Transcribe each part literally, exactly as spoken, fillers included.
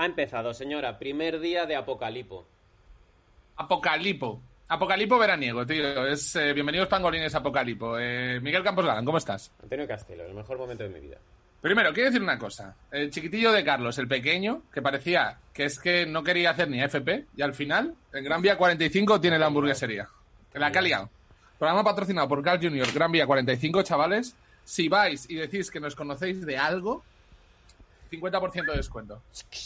Ha empezado, señora. Primer día de Apocalipo. Apocalipo. Apocalipo veraniego, tío. Es eh, bienvenidos pangolines a Apocalipo. Eh, Miguel Campos Galán, ¿cómo estás? Antonio Castelo, el mejor momento de mi vida. Primero, quiero decir una cosa. El chiquitillo de Carlos, el pequeño, que parecía que es que no quería hacer ni F P, y al final, en Gran Vía cuarenta y cinco tiene la hamburguesería. La que ha liado. Programa patrocinado por Carl junior, Gran Vía cuarenta y cinco, chavales. Si vais y decís que nos conocéis de algo, cincuenta por ciento de descuento.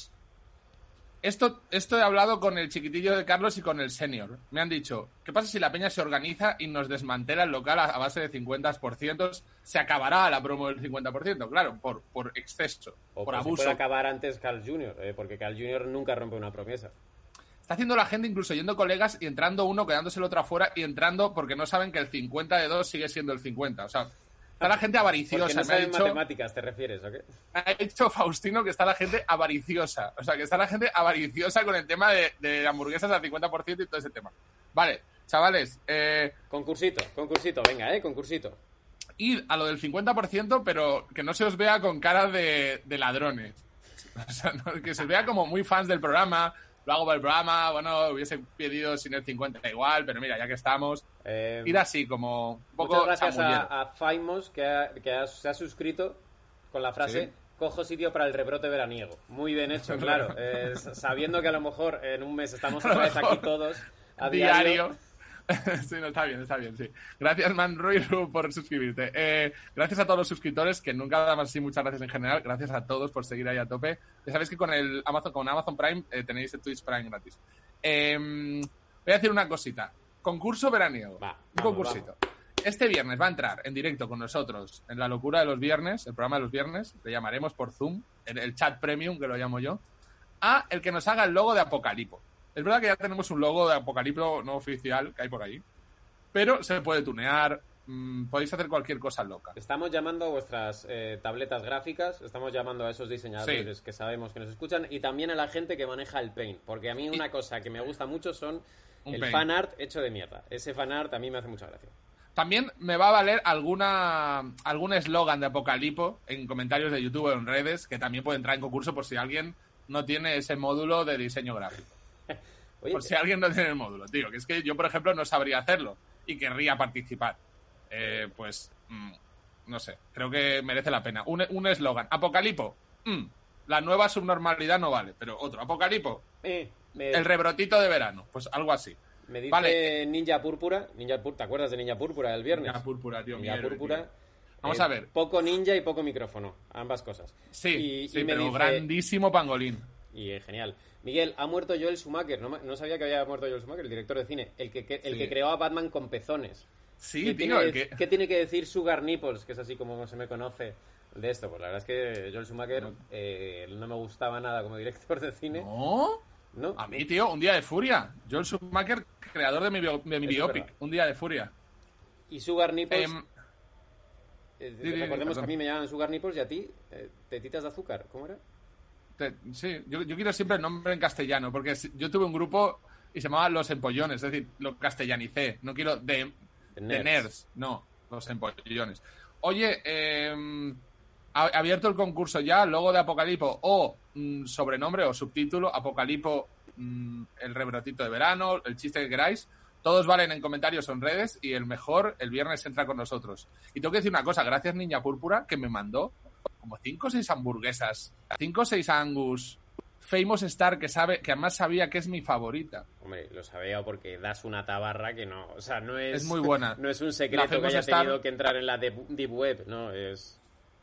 Esto, esto he hablado con el chiquitillo de Carlos y con el senior. Me han dicho, ¿qué pasa si la peña se organiza y nos desmantela el local a, a base de cincuenta por ciento? Se acabará la promo del cincuenta por ciento, claro, por, por exceso, o por pues abuso. Se puede acabar antes Carl junior, eh, porque Carl junior nunca rompe una promesa. Está haciendo la gente incluso yendo colegas y entrando uno, quedándose el otro afuera y entrando porque no saben que el cincuenta de dos sigue siendo el cincuenta. O sea, está la gente avariciosa. Porque no me ha saben dicho, matemáticas, ¿te refieres o qué? ha dicho Faustino que está la gente avariciosa. O sea, que está la gente avariciosa con el tema de, de hamburguesas al cincuenta por ciento y todo ese tema. Vale, chavales. Eh, concursito, concursito, venga, ¿eh? Concursito. Id a lo del cincuenta por ciento, pero que no se os vea con cara de, de ladrones. O sea, no, que se os vea como muy fans del programa. Lo hago para el programa, bueno, hubiese pedido sin el cincuenta igual, pero mira, ya que estamos, eh, ir así como un poco. Muchas gracias a, a Faimos, que, ha, que ha, se ha suscrito con la frase, ¿sí? Cojo sitio para el rebrote veraniego. Muy bien hecho, claro. Eh, sabiendo que a lo mejor en un mes estamos otra vez aquí todos a diario. diario. Sí, no, está bien, está bien, sí. Gracias, Manruy, por suscribirte. Eh, gracias a todos los suscriptores, que nunca damos así muchas gracias en general. Gracias a todos por seguir ahí a tope. Ya sabéis que con el Amazon, con Amazon Prime eh, tenéis el Twitch Prime gratis. Eh, voy a decir una cosita. Concurso veraniego. Va, un vamos, concursito. Vamos. Este viernes va a entrar en directo con nosotros en La Locura de los Viernes, el programa de los viernes, le llamaremos por Zoom, en el chat premium, que lo llamo yo, a el que nos haga el logo de Apocalipo. Es verdad que ya tenemos un logo de Apocalipso no oficial que hay por ahí, pero se puede tunear, mmm, podéis hacer cualquier cosa loca. Estamos llamando a vuestras eh, tabletas gráficas, estamos llamando a esos diseñadores sí. que sabemos que nos escuchan y también a la gente que maneja el Paint, porque a mí una cosa que me gusta mucho son un el paint. fan art hecho de mierda. Ese fan art a mí me hace mucha gracia. También me va a valer alguna algún eslogan de Apocalipo en comentarios de YouTube o en redes, que también puede entrar en concurso por si alguien no tiene ese módulo de diseño gráfico. Oye, por si alguien no tiene el módulo, tío. Que es que yo, por ejemplo, no sabría hacerlo y querría participar. Eh, pues, mmm, no sé. Creo que merece la pena. Un eslogan. Apocalipo. Mmm, la nueva subnormalidad no vale. Pero otro. Apocalipo. Eh, me... El rebrotito de verano. Pues algo así. Me dice vale. Ninja Púrpura. Ninja Púrpura. ¿Te acuerdas de Ninja Púrpura del viernes? Ninja Púrpura, tío. Ninja Mierda, Púrpura. Tío. Vamos eh, a ver. Poco ninja y poco micrófono. Ambas cosas. Sí, y, sí y me pero dice... grandísimo pangolín. Y eh, genial. Miguel, ha muerto Joel Schumacher. No, no sabía que había muerto Joel Schumacher, el director de cine. El que, que el sí. que creó a Batman con pezones. Sí, ¿Qué tío. Tiene, el que... ¿Qué tiene que decir Sugar Nipples? Que es así como se me conoce de esto. Pues la verdad es que Joel Schumacher no, eh, no me gustaba nada como director de cine. ¿No? ¿No? A mí, tío, Un día de furia. Joel Schumacher, creador de mi, bio, de mi biopic. Un día de furia. Y Sugar Nipples... Eh, eh, sí, recordemos sí, que a mí me llaman Sugar Nipples y a ti, eh, tetitas de azúcar. ¿Cómo era? Te, sí, yo, yo quiero siempre el nombre en castellano, porque yo tuve un grupo y se llamaba Los Empollones, es decir, lo castellanicé. No quiero de, de, nerds. de nerds, no, Los Empollones. Oye, eh, ha abierto el concurso ya, logo de Apocalipo o mmm, sobrenombre o subtítulo, Apocalipo, mmm, el rebrotito de verano, el chiste que queráis. Todos valen en comentarios o en redes y el mejor el viernes entra con nosotros. Y tengo que decir una cosa, gracias Niña Púrpura, que me mandó como cinco o seis hamburguesas, cinco o seis Angus, Famous Star, que sabe, que además sabía que es mi favorita. Hombre, lo sabía porque das una tabarra que no, o sea, no es... Es muy buena. No es un secreto que haya Star... tenido que entrar en la Deep Web, no, es...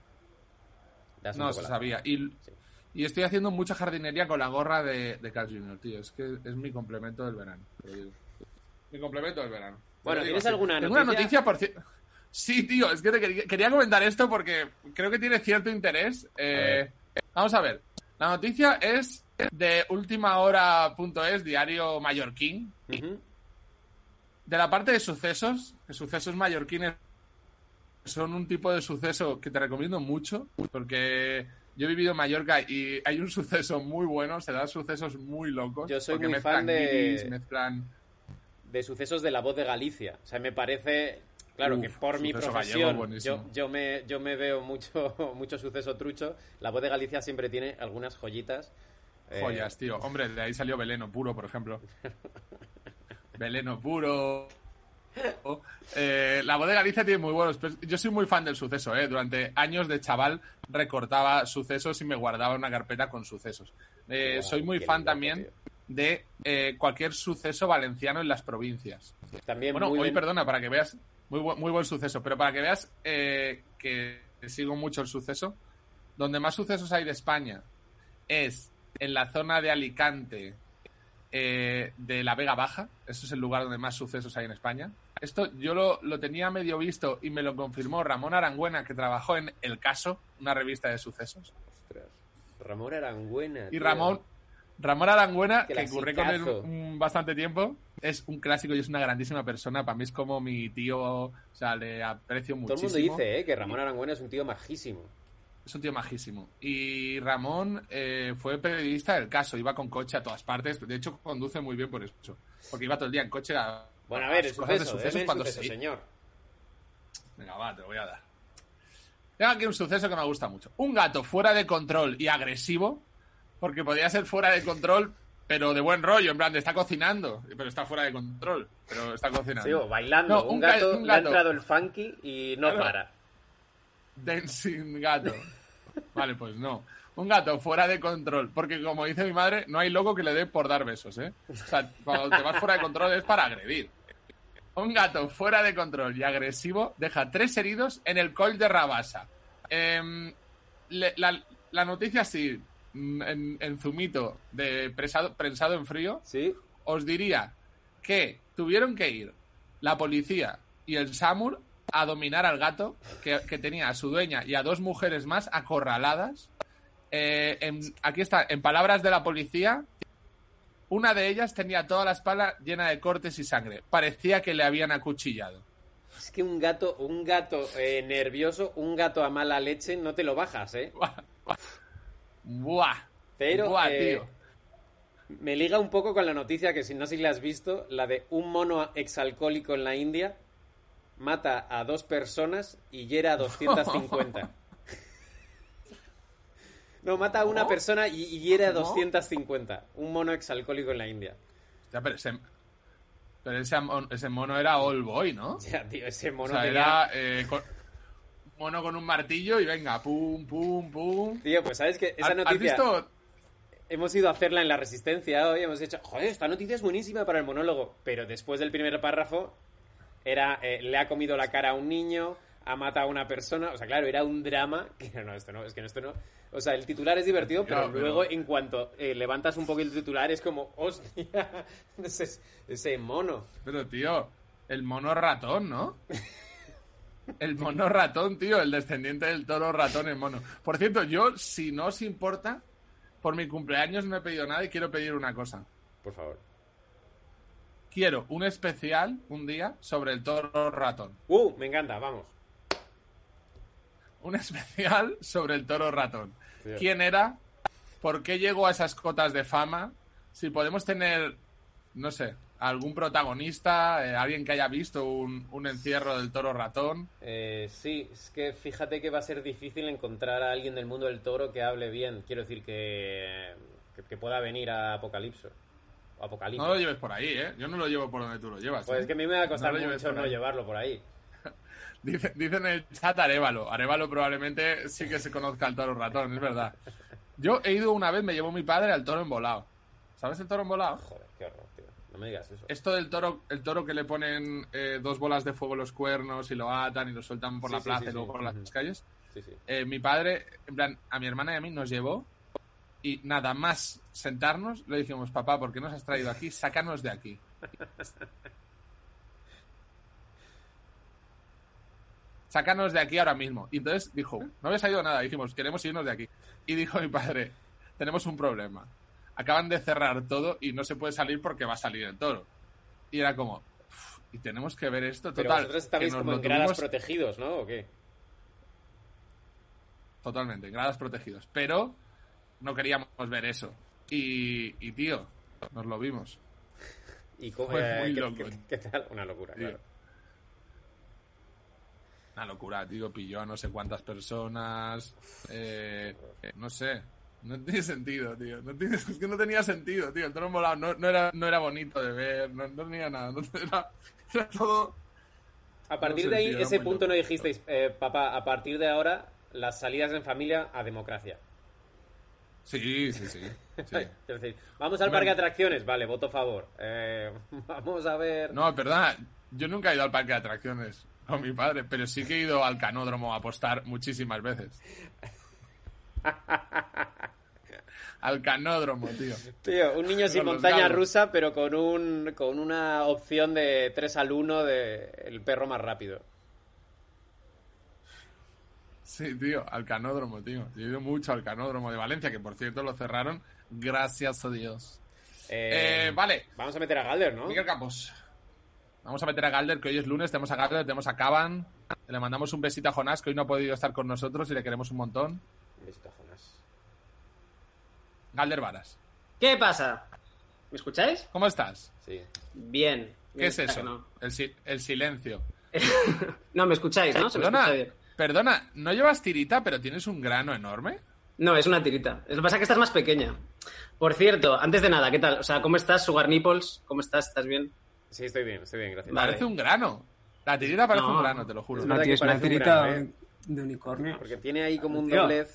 Das no, se sabía. Y, sí. y estoy haciendo mucha jardinería con la gorra de, de Carl junior, tío, es que es mi complemento del verano. Mi complemento del verano. Bueno, ¿tienes alguna noticia? Tengo una noticia, por cierto... Sí, tío, es que te quería comentar esto porque creo que tiene cierto interés. Eh, a vamos a ver. La noticia es de última hora punto es, diario mallorquín. Uh-huh. De la parte de sucesos, que sucesos mallorquines son un tipo de suceso que te recomiendo mucho, porque yo he vivido en Mallorca y hay un suceso muy bueno, se dan sucesos muy locos. Yo soy muy fan de... Guiris, mezclan... de sucesos de La Voz de Galicia. O sea, me parece... Claro, Uf, que por mi profesión yo, yo, me, yo me veo mucho, mucho suceso trucho. La Voz de Galicia siempre tiene algunas joyitas Joyas, tío. Hombre, de ahí salió Veleno Puro, por ejemplo. Veleno Puro. Eh, la Bodega Galicia tiene muy buenos. Yo soy muy fan del Suceso, ¿eh? Durante años de chaval recortaba sucesos y me guardaba una carpeta con sucesos. Eh, wow, soy muy fan lindo, también tío. de eh, cualquier suceso valenciano en las provincias. También bueno, muy hoy, bien. perdona, para que veas, muy, bu muy buen suceso, pero para que veas eh, que sigo mucho el Suceso, donde más sucesos hay de España es en la zona de Alicante, eh, de la Vega Baja. Eso es el lugar donde más sucesos hay en España. Esto yo lo, lo tenía medio visto y me lo confirmó Ramón Arangüena, que trabajó en El Caso, una revista de sucesos. Ostras, Ramón Arangüena. Y Ramón, Ramón Arangüena, que curré con él un, un bastante tiempo, es un clásico y es una grandísima persona. Para mí es como mi tío, o sea, le aprecio muchísimo. Todo el mundo dice, ¿eh? Que Ramón Arangüena es un tío majísimo. Es un tío majísimo. Y Ramón eh, fue periodista del Caso, iba con coche a todas partes. De hecho, conduce muy bien por eso. Porque iba todo el día en coche a... Bueno, a ver, el suceso, de sucesos el cuando suceso, se... señor. Venga, va, te voy a dar. Tengo aquí un suceso que me gusta mucho. Un gato fuera de control y agresivo, porque podría ser fuera de control, pero de buen rollo, en plan, de está cocinando, pero está fuera de control, pero está cocinando. Sí, o bailando. No, un, un, gato, un gato. Le ha entrado el funky y no claro. para. Dancing gato. Vale, pues no. Un gato fuera de control, porque como dice mi madre, no hay loco que le dé por dar besos, ¿eh? O sea, cuando te vas fuera de control es para agredir. Un gato fuera de control y agresivo deja tres heridos en el Coll de Rabasa. Eh, le, la, la noticia sí, en, en zumito de prensado, prensado en frío, ¿sí? Os diría que tuvieron que ir la policía y el SAMUR a dominar al gato, que, que tenía a su dueña y a dos mujeres más acorraladas. Eh, en, aquí está, en palabras de la policía, una de ellas tenía toda la espalda llena de cortes y sangre. Parecía que le habían acuchillado. Es que un gato, un gato eh, nervioso, un gato a mala leche, no te lo bajas, ¿eh? Buah. Pero, Buah, eh, tío. Me liga un poco con la noticia que si no sé si la has visto, la de un mono exalcohólico en la India mata a dos personas y hiere a doscientas cincuenta. No, mata a una persona y, y hiere a doscientas cincuenta. Un mono exalcohólico en la India. Ya, pero ese, pero ese, ese mono era all boy, ¿no? Ya, tío, ese mono o sea, tenía... era eh, con, mono con un martillo y venga, pum, pum, pum. Tío, pues sabes que esa noticia... ¿Has visto? Hemos ido a hacerla en la Resistencia hoy, hemos dicho, joder, esta noticia es buenísima para el monólogo. Pero después del primer párrafo, era eh, le ha comido la cara a un niño, ha matado a una persona. O sea, claro, era un drama. Que no, esto no, es que esto no... O sea, el titular es divertido, pero, no, pero... luego en cuanto eh, levantas un poco el titular es como, hostia, ese, ese mono. Pero, tío, el mono ratón, ¿no? El mono ratón, tío, el descendiente del toro ratón, el mono. Por cierto, yo, si no os importa, por mi cumpleaños no he pedido nada y quiero pedir una cosa. Por favor. Quiero un especial, un día, sobre el toro ratón. ¡Uh! Me encanta, vamos. Un especial sobre el toro ratón. Sí. ¿Quién era? ¿Por qué llegó a esas cotas de fama? Si podemos tener, no sé, algún protagonista, eh, alguien que haya visto un, un encierro del toro ratón. Eh, sí, es que fíjate que va a ser difícil encontrar a alguien del mundo del toro que hable bien. Quiero decir que, que, que pueda venir a Apocalipso. Apocalipsis. No lo lleves por ahí, ¿eh? Yo no lo llevo por donde tú lo llevas. Pues ¿eh? es que a mí me va a costar no mucho no llevarlo por ahí. Dice, dice en el chat Arévalo. Arévalo probablemente sí que se conozca al toro ratón, es verdad. Yo he ido una vez, me llevó mi padre al toro embolado. ¿Sabes el toro embolado? Joder, qué horror, tío. No me digas eso. Esto del toro, el toro que le ponen eh, dos bolas de fuego en los cuernos y lo atan y lo sueltan por sí, la sí, plaza sí, y luego sí. por las calles. Sí, sí. Eh, mi padre, en plan, a mi hermana y a mí nos llevó y nada más sentarnos le dijimos, papá, ¿por qué nos has traído aquí? Sácanos de aquí. Sácanos de aquí ahora mismo. Y entonces dijo, no había salido nada. Dijimos, queremos irnos de aquí. Y dijo mi padre, tenemos un problema. Acaban de cerrar todo y no se puede salir porque va a salir el toro. Y era como, y tenemos que ver esto. Total. Pero vosotros estabais como en gradas tuvimos... protegidos, ¿no? ¿O qué? Totalmente, en gradas protegidos. Pero no queríamos ver eso. Y, y tío, nos lo vimos. ¿Y cómo, Fue eh, muy ¿qué, loco. ¿qué, qué tal? Una locura, tío. Claro. Una locura, tío. Pilló a no sé cuántas personas. Eh, no sé. No tiene sentido, tío. No tiene, es que no tenía sentido, tío. El trono volado no, no, era, no era bonito de ver, no, no tenía nada. No, era, era todo... A partir no de ahí, sentido, ese punto loco. No dijisteis, eh, papá, a partir de ahora, las salidas en familia a democracia. Sí, sí, sí. sí. Es decir, vamos al bueno. parque de atracciones, vale, voto a favor. Eh, vamos a ver... No, perdona, yo nunca he ido al parque de atracciones con mi padre, pero sí que he ido al canódromo a apostar muchísimas veces. Al canódromo, tío. Tío, un niño sin montaña rusa, pero con un con una opción de tres al uno de el perro más rápido. Sí, tío, al canódromo, tío. Yo he ido mucho al canódromo de Valencia, que por cierto lo cerraron, gracias a Dios. Eh, eh, vale. Vamos a meter a Galder, ¿no? Miguel Campos. Vamos a meter a Galder, que hoy es lunes, tenemos a Galder, tenemos a Caban. Le mandamos un besito a Jonás, que hoy no ha podido estar con nosotros y le queremos un montón. Un besito a Jonás. Galder Varas. ¿Qué pasa? ¿Me escucháis? ¿Cómo estás? Sí. Bien. ¿Qué es eso? No. El, si- el silencio. No, ¿me escucháis, no? ¿Se me perdona, escucha bien? Perdona, ¿no llevas tirita, pero tienes un grano enorme? No, es una tirita. Lo que pasa es que estás más pequeña. Por cierto, antes de nada, ¿qué tal? O sea, ¿cómo estás, Sugar Nipples? ¿Cómo estás? ¿Estás bien? Sí, estoy bien, estoy bien, gracias. Parece vale. un grano. La tirita parece no, un grano, te lo juro. Es una, tío, es una tirita grano, ¿eh? de unicornio. Porque tiene ahí como un doblez.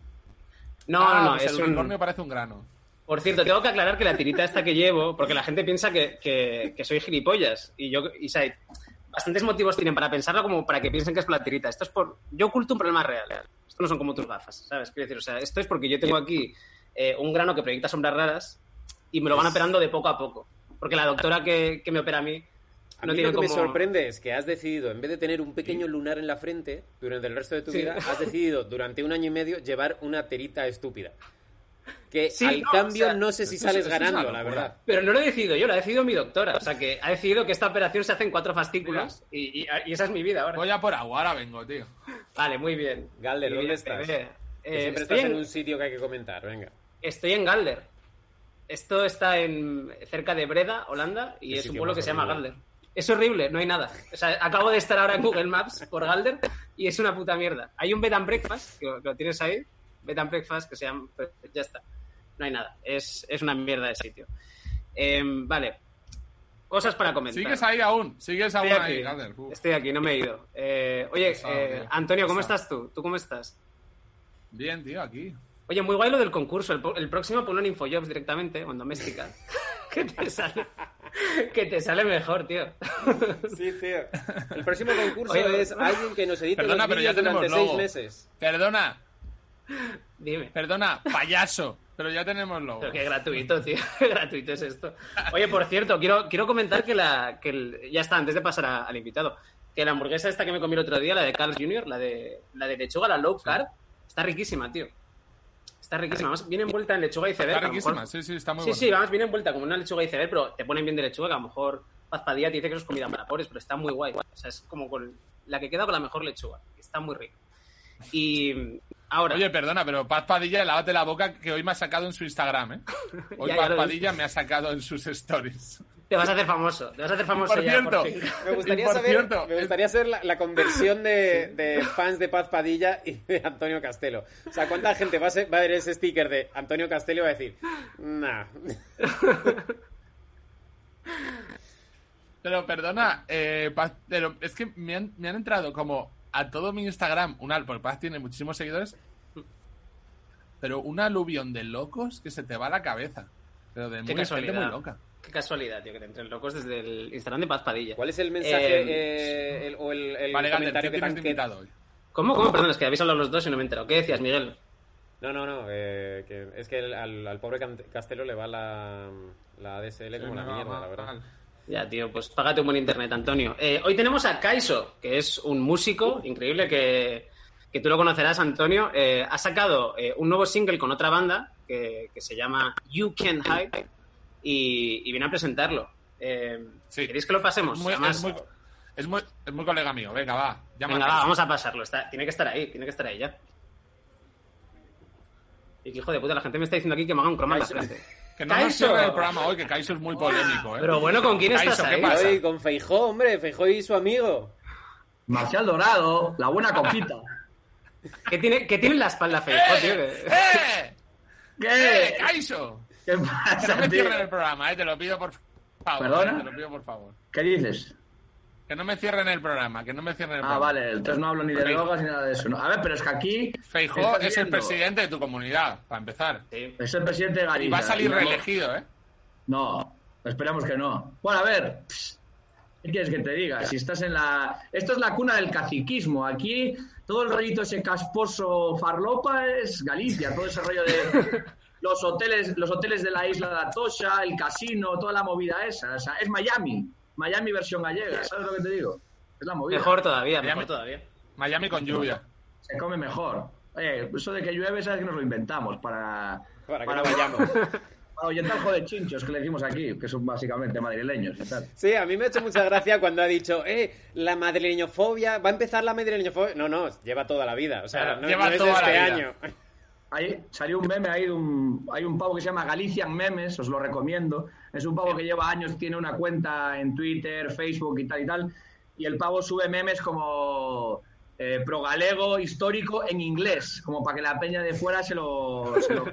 No, ah, no, no. Pues es el un... unicornio parece un grano. Por cierto, tengo que aclarar que la tirita esta que llevo, porque la gente piensa que, que, que soy gilipollas. Y yo, y ¿sabes? Bastantes motivos tienen para pensarlo como para que piensen que es por la tirita. Esto es por... Yo oculto un problema real. Esto no son como tus gafas, ¿sabes? Quiero decir, o sea, esto es porque yo tengo aquí eh, un grano que proyecta sombras raras y me lo van operando de poco a poco. Porque la doctora que, que me opera a mí... A no mí tiene lo que como... me sorprende es que has decidido, en vez de tener un pequeño lunar en la frente durante el resto de tu sí. vida, has decidido durante un año y medio llevar una tirita estúpida. Que sí, al no, cambio o sea, no sé si sales es, ganando, la verdad. Pero no lo he decidido yo, lo ha decidido mi doctora. O sea, que ha decidido que esta operación se hace en cuatro fascículos y, y, y esa es mi vida ahora. Voy a por agua, ahora vengo, tío. Vale, muy bien. Galder, ¿dónde bien, estás? Eh, que siempre estás en... en un sitio que hay que comentar, venga. Estoy en Galder. Esto está en cerca de Breda, Holanda, y es un pueblo que se llama Galder. Es horrible, no hay nada. O sea, acabo de estar ahora en Google Maps por Galder y es una puta mierda. Hay un bed and breakfast, que lo, que lo tienes ahí, bed and breakfast, que se llama... Pues ya está. No hay nada. Es, es una mierda de sitio. Eh, vale. Cosas para comentar. ¿Sigues ahí aún? ¿Sigues aún Estoy ahí, aquí. Galder? Uf. Estoy aquí, no me he ido. Eh, oye, Pesado, eh, tío. Antonio, ¿cómo Pesado. estás tú? ¿Tú cómo estás? Bien, tío, aquí. Oye, muy guay lo del concurso. El, el próximo ponlo en Infojobs directamente, o en Doméstica. que te sale... que te sale mejor, tío. Sí, tío. El próximo concurso Oye, es alguien que nos edite Perdona, los pero ya vídeos durante tenemos seis logo. meses. Perdona, Dime. perdona, payaso. Pero ya tenemos logo. Pero qué gratuito, tío. Qué gratuito es esto. Oye, por cierto, quiero, quiero comentar que la... Que el, ya está, antes de pasar a, al invitado. Que la hamburguesa esta que me comí el otro día, la de Carl's junior, la de, la de lechuga, la low carb, sí. Está riquísima, tío. Está riquísima. Además, viene envuelta en lechuga y iceberg. Está riquísima, mejor... sí, sí, está muy Sí, buena. sí, además viene envuelta como una lechuga y iceberg, pero te ponen bien de lechuga, que a lo mejor Paz Padilla te dice que eso es comida para pobres, pero está muy guay. O sea, es como con la que queda con la mejor lechuga. Está muy rica. Y ahora... Oye, perdona, pero Paz Padilla, lávate la boca, que hoy me ha sacado en su Instagram, ¿eh? Hoy Ya, Paz ya Padilla me ha sacado en sus stories. Te vas a hacer famoso, te vas a hacer famoso Por ya, cierto, por fin. Me gustaría por saber, cierto, me gustaría saber la, la conversión de, de fans de Paz Padilla y de Antonio Castelo. O sea, ¿cuánta gente va a, ser, va a ver ese sticker de Antonio Castelo y va a decir, nah? Pero perdona, eh, Paz, pero es que me han, me han entrado como a todo mi Instagram, una, porque Paz tiene muchísimos seguidores, pero un aluvión de locos que se te va a la cabeza. Pero de muy, gente muy loca. Qué casualidad, tío, que te entren locos desde el Instagram de Paz Padilla. ¿Cuál es el mensaje eh, eh, el, o el, el vale, comentario Gander, que te han invitado hoy? ¿Cómo? ¿Cómo? Perdón, es que habéis hablado los dos y no me he enterado. ¿Qué decías, Miguel? No, no, no. Eh, que es que el, al, al pobre Castelo le va la, la A D S L sí, como la mierda, mal, la verdad. Mal. Ya, tío, pues págate un buen internet, Antonio. Eh, hoy tenemos a Kaiso, que es un músico increíble que, que tú lo conocerás, Antonio. Eh, ha sacado eh, un nuevo single con otra banda que, que se llama You Can't Hide y, y viene a presentarlo. Eh, sí. ¿Queréis que lo pasemos? Es muy, Además, es, muy, es, muy, es muy colega mío. Venga, va. Venga, va, vamos a pasarlo. Está, tiene que estar ahí, tiene que estar ahí ya. Y que hijo de puta, la gente me está diciendo aquí que me haga un croma en la frente. Que no nos cierre el programa hoy, que Kaiso es muy polémico, ¿eh? Pero bueno, ¿con quién Kaiso, estás ¿qué ahí? pasa? Hoy con Feijó, hombre, Feijó y su amigo. Marcial Dorado, la buena copita. ¿Qué tiene, qué tiene en la espalda Feijó, ¡Eh! tío? ¡Eh! ¿Qué? ¡Eh, Kaiso! ¿Qué pasa, que no me tío? cierren el programa, eh, te lo pido por favor. ¿Perdona? Eh, te lo pido por favor. ¿Qué dices? Que no me cierren el programa, que no me cierren el Ah, programa. vale, entonces no hablo ni de Feijóo. drogas ni nada de eso. ¿no? A ver, pero es que aquí... Feijóo estás es el viendo- presidente de tu comunidad, para empezar. Sí. Es el presidente de Galicia. Y va a salir y no- reelegido, ¿eh? No, esperamos que no. Bueno, a ver, pss, ¿qué quieres que te diga? Si estás en la... Esto es la cuna del caciquismo. Aquí todo el rollito ese casposo farlopa es Galicia. Todo ese rollo de los hoteles, los hoteles de la isla de Atocha, el casino, toda la movida esa. O sea, es Miami. Miami versión gallega. ¿Sabes lo que te digo? Es la movida. Mejor todavía, Miami. mejor todavía. Miami con lluvia. Se come mejor. Oye, eso de que llueve, sabes que nos lo inventamos para... Para que no vayamos. Para ahuyentar joder chinchos que le decimos aquí, que son básicamente madrileños y tal. Sí, a mí me ha hecho mucha gracia cuando ha dicho, eh, la madrileñofobia, va a empezar la madrileñofobia. No, no, lleva toda la vida. O sea, Claro, no, lleva no es de toda la este vida. año. Ahí salió un meme, hay un, hay un pavo que se llama Galician Memes, os lo recomiendo. Es un pavo que lleva años, tiene una cuenta en Twitter, Facebook y tal y tal. Y el pavo sube memes como eh, progalego histórico en inglés, como para que la peña de fuera se lo... Se lo...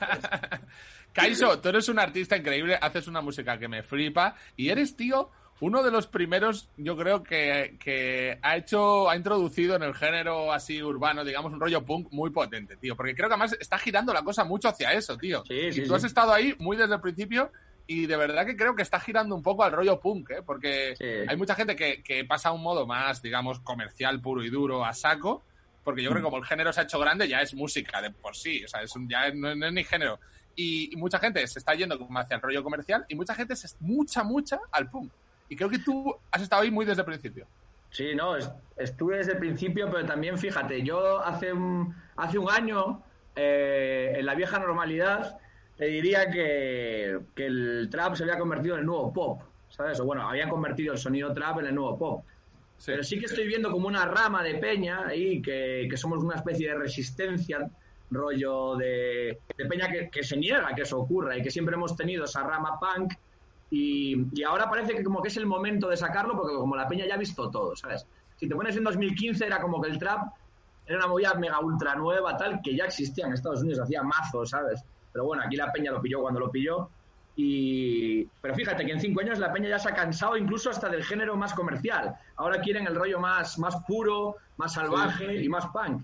Kaiso, tú eres un artista increíble, haces una música que me flipa y eres, tío, uno de los primeros, yo creo que, que ha hecho, ha introducido en el género así urbano, digamos, un rollo punk muy potente, tío, porque creo que además está girando la cosa mucho hacia eso, tío. Sí, sí, y tú sí. has estado ahí muy desde el principio y de verdad que creo que está girando un poco al rollo punk, ¿eh? Porque Sí. hay mucha gente que, que pasa a un modo más, digamos, comercial, puro y duro, a saco, porque yo creo que como el género se ha hecho grande ya es música de por sí, o sea, es un, ya no, no es ni género. Y, y mucha gente se está yendo como hacia el rollo comercial y mucha gente se mucha, mucha al punk. Y creo que tú has estado ahí muy desde el principio. Sí, no, es- estuve desde el principio, pero también fíjate, yo hace un, hace un año, eh, en la vieja normalidad, te diría que, que el trap se había convertido en el nuevo pop, ¿sabes? O bueno, habían convertido el sonido trap en el nuevo pop. Sí. Pero sí que estoy viendo como una rama de peña ahí, que, que somos una especie de resistencia, rollo de, de peña que, que se niega a que eso ocurra y que siempre hemos tenido esa rama punk y, y ahora parece que como que es el momento de sacarlo porque como la peña ya ha visto todo, ¿sabes? Si te pones en dos mil quince era como que el trap era una movida mega ultra nueva tal que ya existía en Estados Unidos, hacía mazo, ¿sabes? Pero bueno, aquí la peña lo pilló cuando lo pilló y... Pero fíjate que en cinco años la peña ya se ha cansado incluso hasta del género más comercial. Ahora quieren el rollo más, más puro, más salvaje y más punk.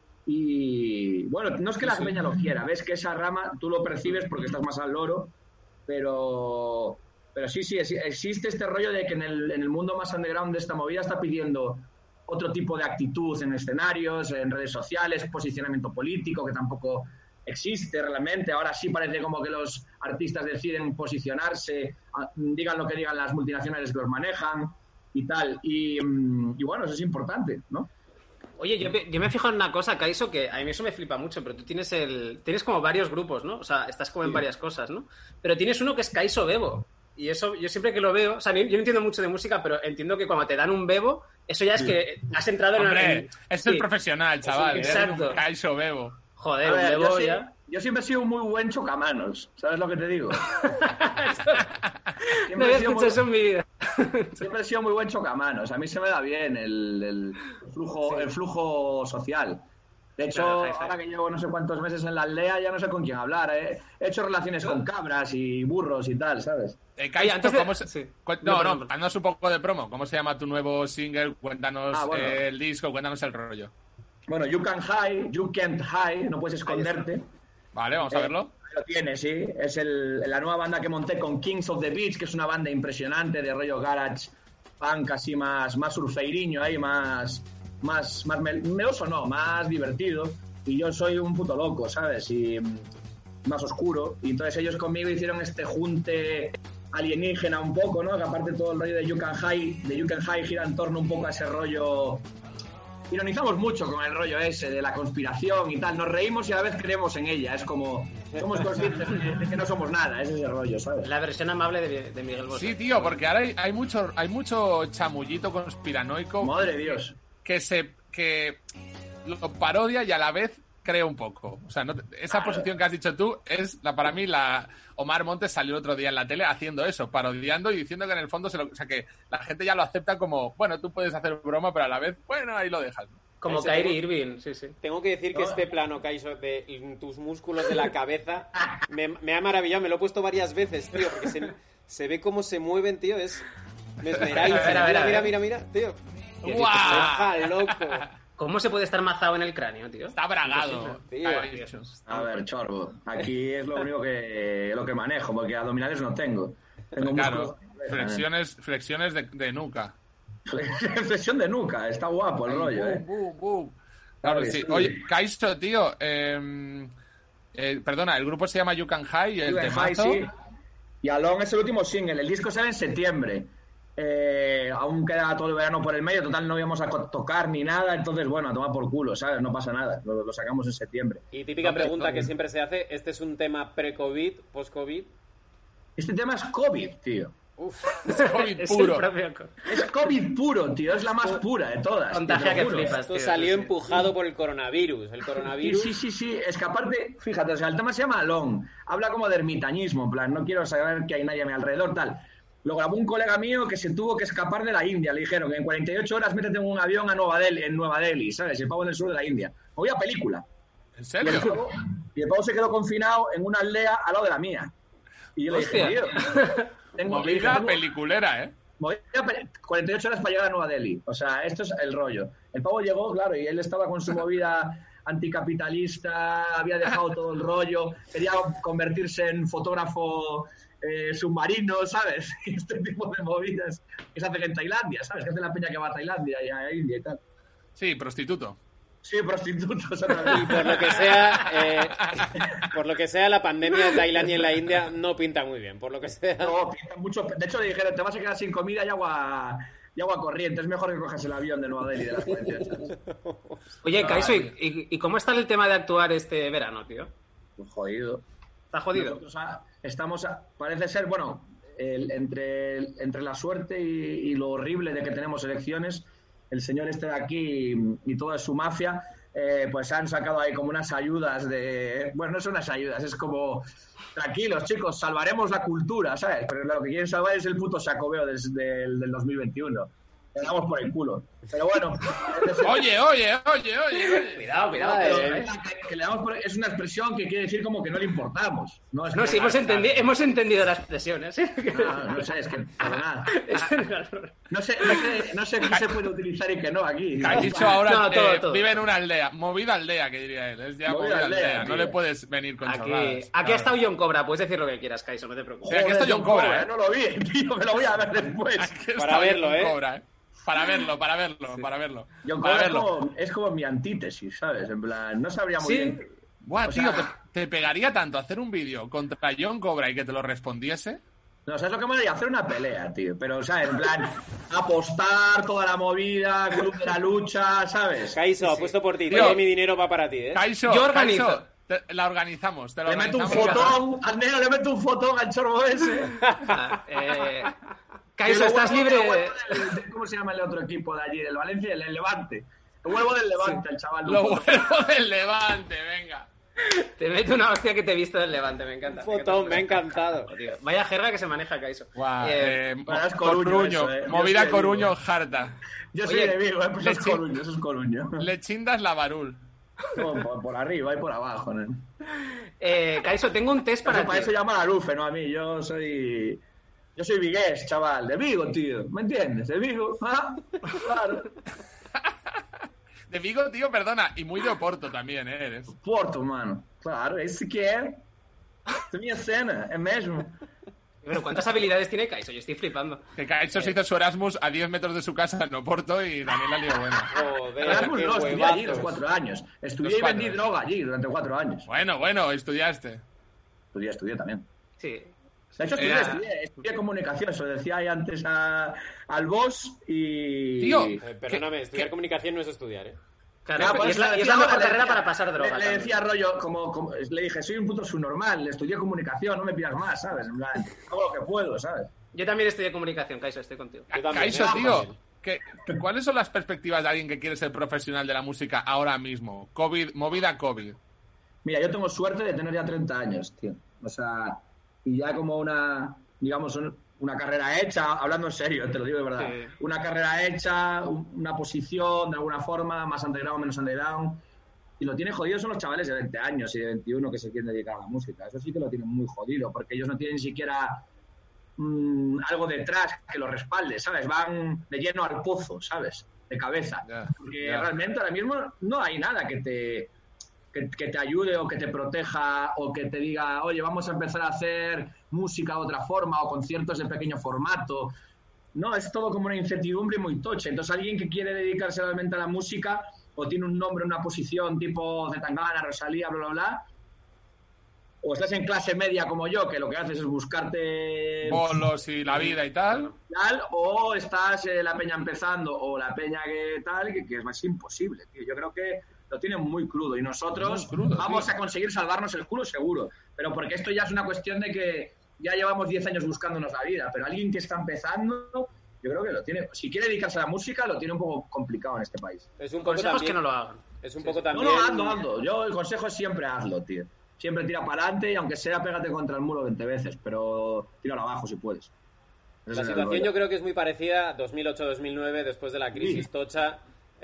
Y bueno, no es que la Sí, sí. peña lo quiera, ves que esa rama tú lo percibes porque estás más al loro, pero pero sí, sí, es- existe este rollo de que en el, en el mundo más underground de esta movida está pidiendo otro tipo de actitud en escenarios, en redes sociales, posicionamiento político, que tampoco existe realmente. Ahora sí parece como que los artistas deciden posicionarse, a- digan lo que digan las multinacionales que los manejan y tal. Y, mm, y bueno, eso es importante, ¿no? Oye, yo, me- yo me he fijado en una cosa, Kaiso, que a mí eso me flipa mucho, pero tú tienes el tienes como varios grupos, ¿no? O sea, estás como en Sí. varias cosas, ¿no? Pero tienes uno que es Kaiso Bebo. Y eso, yo siempre que lo veo, o sea, yo no entiendo mucho de música, pero entiendo que cuando te dan un bebo, eso ya es que has entrado en... Hombre, en- es el sí. profesional, chaval. Sí, eres exacto. un Kaiso Bebo. Joder, A un ver, bebo yo, sí- ya... yo siempre he sido un muy buen chocamanos, ¿sabes lo que te digo? No Siempre había he sido escuchado muy- eso en mi vida. Siempre he sido muy buen chocamanos. A mí se me da bien el, el flujo, el flujo social. De hecho, Claro, jefe. ahora que llevo no sé cuántos meses en la aldea, ya no sé con quién hablar. ¿eh? He hecho relaciones con cabras y burros y tal, ¿sabes? Eh, Kaiso, Oye, antes de- ¿cómo se- sí. cu- No, No, perdón, no, haznos un poco de promo. ¿Cómo se llama tu nuevo single? Cuéntanos Ah, bueno. eh, el disco, cuéntanos el rollo. Bueno, You Can Hide, You Can't Hide, no puedes esconderte. Vale, vamos a Eh, verlo. Lo tiene, sí. Es el, la nueva banda que monté con Kings of the Beach, que es una banda impresionante de rollo garage, punk así más, más surfeiriño ahí, más, más, más mel- meloso, no, más divertido. Y yo soy un puto loco, ¿sabes? Y mm, más oscuro. Y entonces ellos conmigo hicieron este junte alienígena un poco, ¿no? Que aparte todo el rollo de You Can Hide, de You Can Hide gira en torno un poco a ese rollo. Ironizamos mucho con el rollo ese de la conspiración y tal. Nos reímos y a la vez creemos en ella. Es como, somos conscientes de, de que no somos nada. Ese es el rollo, ¿sabes? La versión amable de, de Miguel Bosé. Sí, tío, porque ahora hay, hay mucho hay mucho chamullito conspiranoico Madre de Dios. que se que lo parodia y a la vez cree un poco. O sea, no te- esa Claro. posición que has dicho tú es la para mí la Omar Montes salió el otro día en la tele haciendo eso, parodiando y diciendo que en el fondo se lo, o sea que la gente ya lo acepta como, bueno, tú puedes hacer broma, pero a la vez, bueno, ahí lo dejas. ¿no? Como Ese Kyrie tengo- Irving, sí, sí. Tengo que decir que este plano, Kaiso, de tus músculos de la cabeza, me, me ha maravillado. Me lo he puesto varias veces, tío, porque se, se ve cómo se mueven, tío. Es mesmeráis. A ver, a ver, Mira, a mira, ver. mira, mira, tío. ¡Guau! Oja, loco. ¿Cómo se puede estar mazado en el cráneo, tío? Está bragado. Tío, Kaiso. A ver, chorbo. Aquí es lo único que lo que manejo, porque abdominales no tengo. Tengo Claro, músculos- flexiones, flexiones de, de nuca. Flexión de nuca, está guapo el Ay, rollo, boom, ¿eh? boom, boom. Claro, Vale, sí. sí. Oye, Kaiso, tío, eh, eh, perdona, el grupo se llama You Can High, el You Can High, temazo. sí. Y Alone es el último single. El disco sale en septiembre. Eh, aún queda todo el verano por el medio. Total, no íbamos a co- tocar ni nada. Entonces, bueno, a tomar por culo, ¿sabes? No pasa nada. Lo, lo sacamos en septiembre. Y típica ¿Dónde- pregunta dónde? que siempre se hace, ¿este es un tema pre-COVID, post-COVID? Este tema es COVID, tío. Uf, Es COVID Es puro. el propio... co- Es COVID puro, tío. Es la más pura de todas. Contagia te lo que juro. flipas, esto tío. salió sí, sí. empujado por el coronavirus. El Sí, coronavirus... sí, sí, sí. Es que aparte, fíjate, o sea, el tema se llama Alone. Habla como de ermitañismo, en plan, no quiero saber que hay nadie a mi alrededor, tal. Lo grabó un colega mío que se tuvo que escapar de la India. Le dijeron que en cuarenta y ocho horas métete en un avión a Nueva Delhi, en Nueva Delhi, ¿sabes? El pavo en el sur de la India. Voy a película. ¿En Y el, serio? pavo, y el pavo se quedó confinado en una aldea al lado de la mía. Y yo le dije, Hostia. tío, tengo, le dije, Movida tengo- peliculera, ¿eh? voy a pe- cuarenta y ocho horas para llegar a Nueva Delhi. O sea, esto es el rollo. El pavo llegó, claro, y él estaba con su movida anticapitalista, había dejado todo el rollo, quería convertirse en fotógrafo eh, submarino, ¿sabes? Este tipo de movidas que se hacen en Tailandia, ¿sabes? Que hace la peña que va a Tailandia y a India y tal. Sí, prostituto. Sí, prostitutos. otra vez. Y por lo que sea, eh, por lo que sea, la pandemia de Tailandia en la India no pinta muy bien. Por lo que sea. No, pinta mucho. De hecho, le dijeron, te vas a quedar sin comida y agua, y agua corriente. Es mejor que cojas el avión de Nueva Delhi de las cuarenta y ocho horas. Oye, Kaiso, ¿y, Vale. y, y cómo está el tema de actuar este verano, tío? Pues jodido. ¿Está jodido? Nosotros, ah, estamos, a- parece ser, bueno, el- entre, el- entre la suerte y, y lo horrible de que tenemos elecciones, el señor este de aquí y, y toda su mafia, eh, pues han sacado ahí como unas ayudas de... Bueno, no son unas ayudas, es como... Tranquilos, chicos, salvaremos la cultura, ¿sabes? Pero lo que quieren salvar es el puto sacobeo des- del, del dos mil veintiuno. Le damos por el culo. Pero bueno... Oye, oye, oye, oye, oye. Cuidado, cuidado. Madre Kaiso, mía. ¿eh? que, que le damos por- es una expresión que quiere decir como que no le importamos. No, es No, que- sí, hemos, entendi- hemos entendido las expresiones, ¿eh? No, no sé, es que... Perdonad. Eso no- No sé, no sé, no sé qué se puede utilizar y qué no aquí. Kaiso ahora No, todo, eh, todo. vive en una aldea. Movida aldea, que diría él. Es ya Movida movida aldea, aldea. No tío. le puedes venir con Aquí, chorradas. aquí Claro. ha estado John Cobra, puedes decir lo que quieras, Kaiso, no te preocupes. Sí, aquí está John Cobra, ¿eh? No lo vi, tío, me lo voy a ver después. Aquí está Para verlo, John ¿eh? Cobra, Para verlo, para verlo, para verlo. John Para Cobra es verlo. como, es como mi antítesis, ¿sabes? En plan, no sabría muy Sí. bien. Buah, O tío, sea- te, te pegaría tanto hacer un vídeo contra John Cobra y que te lo respondiese. No, ¿sabes lo que me haría? Hacer una pelea, tío. Pero, ¿sabes? En plan, apostar toda la movida, club de la lucha, ¿sabes? Kaiso, apuesto por ti. Tío. Todo mi dinero va para ti, ¿eh? Kaiso, Yo organizo. Kaiso, te- la organizamos. Te lo Le meto un organizamos. fotón, al negro le meto un fotón al chorbo ese. Ah, eh, Y Kaiso, lo estás vuelvo- libre. lo vuelvo del- del- ¿Cómo se llama el otro equipo de allí? Del Valencia, el, el Levante. Lo vuelvo del Levante, el chaval. Lo vuelvo del Levante, venga. Te meto una hostia que te he visto del Levante, me encanta. Fotón, me ha encantado. Tío, vaya jerga que se maneja Kaiso. Guau, Eh, eh, bueno, es Coruño Coruño, eso, eh. Yo movida soy de Coruño, Vigo. jarta. Yo soy Oye, de Vigo, eh, pues le es chi- Coruño, eso es Coruño. Le chindas la varul. Por, por- por arriba y por abajo, ¿no? eh, Kaiso, tengo un test Para, para para ti. eso llama a Lufe, no a mí. Yo soy... Yo soy vigués, chaval. De Vigo, tío. ¿Me entiendes? De Vigo. ¿Ah? Claro. De Vigo, tío, perdona. Y muy de Oporto también, ¿eh? Eres. Porto, mano. Claro, esse que é. Essa é minha cena, é mesmo. Pero ¿cuántas habilidades tiene Kaiso? Yo estoy flipando. Que Kaiso se hizo su Erasmus a diez metros de su casa en Oporto y Daniel la lió buena. Joder, Erasmus qué no, estudié allí los huevazos. cuatro años. Estudié Los y vendí cuatro. droga allí durante cuatro años. Bueno, bueno, estudiaste. Estudié, estudié también. Sí. De hecho, estudié, Era- estudié, estudié comunicación, se lo decía ahí antes a, al boss y... Tío, Eh, perdóname, estudiar ¿Qué? comunicación no es estudiar, ¿eh? Claro, Ah, pues y es la, le y es la decía- mejor le carrera decía- para pasar droga. Le, le también. decía rollo, como, como- le dije, soy un puto subnormal, estudié comunicación, no me pidas más, ¿sabes? En plan, hago lo que puedo, ¿sabes? Yo también estudié comunicación, Kaiso, estoy contigo. Yo también, Kaiso, ¿eh? tío, También. ¿qué- qué- ¿cuáles son las perspectivas de alguien que quiere ser profesional de la música ahora mismo? COVID, movida COVID. Mira, yo tengo suerte de tener ya treinta años, tío. O sea, y ya como una, digamos, un- una carrera hecha, hablando en serio, te lo digo de verdad, sí. Una carrera hecha, una posición de alguna forma, más underground, menos underground, y lo tiene jodido son los chavales de veinte años y de veintiuno que se quieren dedicar a la música. Eso sí que lo tienen muy jodido, porque ellos no tienen ni siquiera mmm, algo detrás que los respalde, ¿sabes? Van de lleno al pozo, ¿sabes? De cabeza. Yeah, porque yeah. realmente ahora mismo no hay nada que te, que, que te ayude o que te proteja o que te diga, oye, vamos a empezar a hacer música de otra forma o conciertos de pequeño formato. No, es todo como una incertidumbre muy tocha. Entonces alguien que quiere dedicarse realmente a la música o tiene un nombre, una posición tipo Zetangana, Rosalía, bla, bla, bla, o estás en clase media como yo, que lo que haces es buscarte bolos y la vida y tal, tal o estás eh, la peña empezando o la peña que tal, que, que es más imposible, tío. Yo creo que lo tienen muy crudo y nosotros crudo, vamos tío. a conseguir salvarnos el culo seguro, pero porque esto ya es una cuestión de que ya llevamos diez años buscándonos la vida, pero alguien que está empezando, yo creo que lo tiene, si quiere dedicarse a la música, lo tiene un poco complicado en este país. Es un poco también, que no lo hagan. Es un sí, poco sí. también... No, no, hazlo, hazlo. Yo el consejo es siempre hazlo, tío. Siempre tira para adelante y aunque sea pégate contra el muro veinte veces, pero tíralo abajo si puedes. Ese la situación yo creo que es muy parecida a dos mil ocho dos mil nueve, después de la crisis sí. tocha.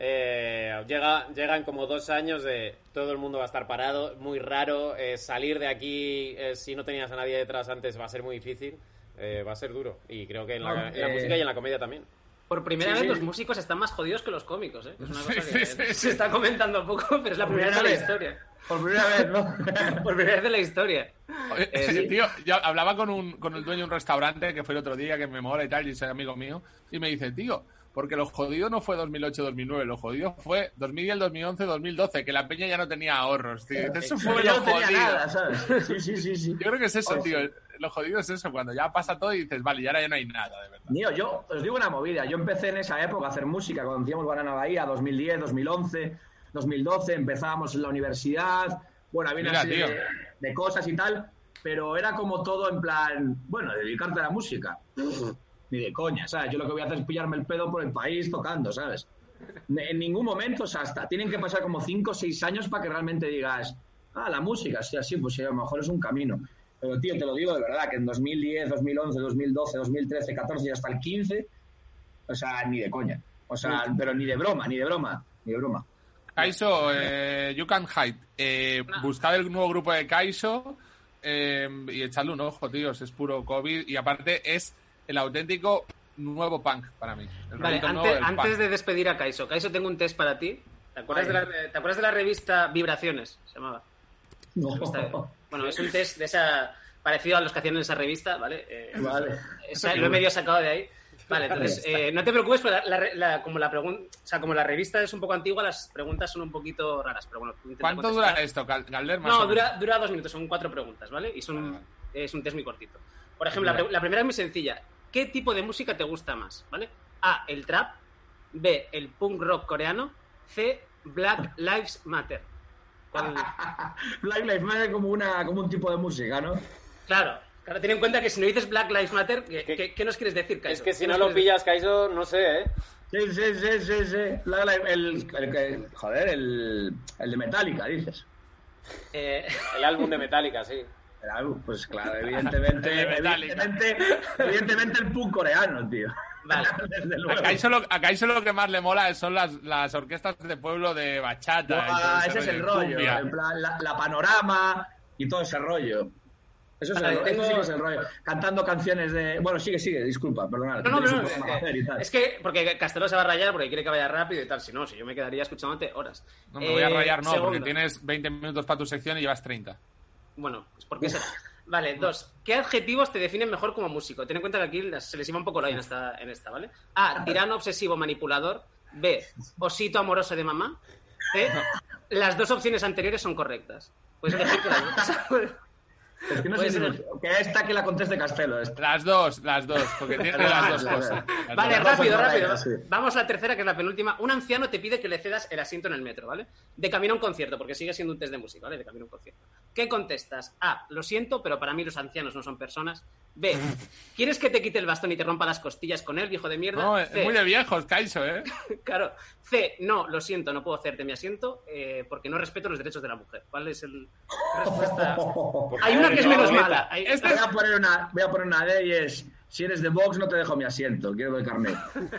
Eh, llega, llegan como dos años de todo el mundo va a estar parado, muy raro. Eh, salir de aquí, eh, si no tenías a nadie detrás antes, va a ser muy difícil. Eh, va a ser duro. Y creo que en la, en la eh... música y en la comedia también. Por primera sí, vez sí. los músicos están más jodidos que los cómicos, ¿eh? Es una cosa sí, que sí, sí. se está comentando poco, pero es la primera, primera vez de la historia. Por primera vez, ¿no? Por primera vez de la historia. Oye, eh, sí. Tío, yo hablaba con un con el dueño de un restaurante que fue el otro día, que me mola y tal, y es amigo mío, y me dice, tío, porque lo jodido no fue dos mil ocho dos mil nueve, lo jodido fue dos mil diez, dos mil once, dos mil doce, que la peña ya no tenía ahorros, tío. Eso fue lo no jodido. Nada, ¿sabes? Sí, sí, sí, sí. Yo creo que es eso, tío. Lo jodido es eso, cuando ya pasa todo y dices, vale, y ahora ya no hay nada, de verdad. Mío, yo os digo una movida. Yo empecé en esa época a hacer música, cuando hacíamos Banana Bahía, dos mil diez, dos mil once, dos mil doce, empezábamos en la universidad, bueno, había una serie de, de cosas y tal, pero era como todo en plan, bueno, dedicarte a la música. Ni de coña, ¿sabes? Yo lo que voy a hacer es pillarme el pedo por el país tocando, ¿sabes? En ningún momento, o sea, hasta tienen que pasar como cinco o seis años para que realmente digas, ah, la música, sí, así, pues sí, a lo mejor es un camino. Pero, tío, te lo digo de verdad, que en dos mil diez, dos mil once, dos mil doce, dos mil trece, catorce y hasta el quince, o sea, ni de coña. O sea, sí. pero ni de broma, ni de broma, ni de broma. Kaiso, eh, You Can Hide. Eh, no. Buscad el nuevo grupo de Kaiso eh, y echadle un ojo, tíos. Es puro COVID y aparte es el auténtico nuevo punk para mí. El vale, antes, antes de despedir a Kaiso, Kaiso, tengo un test para ti. ¿Te acuerdas, de la, ¿te acuerdas de la revista Vibraciones? Se llamaba. No. Bueno, es un test de esa parecido a los que hacían en esa revista, ¿vale? Eh, vale. Esa, lo he medio sacado de ahí. Vale, entonces, eh, no te preocupes, pero la, la, la, como, la pregun- o sea, como la revista es un poco antigua, las preguntas son un poquito raras, pero bueno. ¿Cuánto contestar. dura esto, Galder? No, dura, dura dos minutos, son cuatro preguntas, ¿vale? Y son, vale. es un test muy cortito. Por ejemplo, la, la primera es muy sencilla. ¿Qué tipo de música te gusta más? ¿Vale? A, el trap. B, el punk rock coreano. C, Black Lives Matter. ¿Cuál? Black Lives Matter como, una, como un tipo de música, ¿no? Claro. Claro, ten en cuenta que si no dices Black Lives Matter, ¿qué, ¿qué, qué nos quieres decir, Kaiso? Es que si no lo pillas, Kaiso, no sé, ¿eh? Sí, sí, sí, sí, sí. Black Lives, el, el, el, joder, el, el de Metallica, dices. Eh... El álbum de Metallica, sí. El álbum, pues claro, evidentemente, evidentemente, evidentemente el punk coreano, tío. Vale. A Kaiso, lo, a Kaiso lo que más le mola son las, las orquestas de pueblo de bachata. Ah, ese es el rollo, en plan, la, la panorama y todo ese rollo. Eso es, vale, el, tengo... eso sí que es el rollo. Cantando canciones de... Bueno, sigue, sigue, disculpa, perdonad. No, no, no, no es, es que porque Castelo se va a rayar porque quiere que vaya rápido y tal. Si no, si yo me quedaría escuchándote horas. No, me voy a rayar, no, segundo. Porque tienes veinte minutos para tu sección y llevas treinta. Bueno, pues ¿por qué será? Vale, dos. ¿Qué adjetivos te definen mejor como músico? Ten en cuenta que aquí se les iba un poco la en esta, en esta, ¿vale? A, tirano obsesivo manipulador. B, osito amoroso de mamá. C, las dos opciones anteriores son correctas. Puedes elegir que las dos... Es que no sé si que esta que la conteste Castelo. Esta. Las dos, las dos, porque tiene las dos cosas. Las vale, dos. rápido, rápido. Sí. Vamos a la tercera, que es la penúltima. Un anciano te pide que le cedas el asiento en el metro, ¿vale? De camino a un concierto, porque sigue siendo un test de música, ¿vale? De camino a un concierto. ¿Qué contestas? A, lo siento, pero para mí los ancianos no son personas. B, ¿quieres que te quite el bastón y te rompa las costillas con él, viejo de mierda? No, C, es muy de viejos, Kaiso, ¿eh? Claro. C, no, lo siento, no puedo hacerte mi asiento eh, porque no respeto los derechos de la mujer. ¿Cuál es el respuesta? Hay una que es menos mala. Hay... Este... Voy a poner una, voy a poner una D y es Si eres de Vox, no te dejo mi asiento. Quiero el carnet.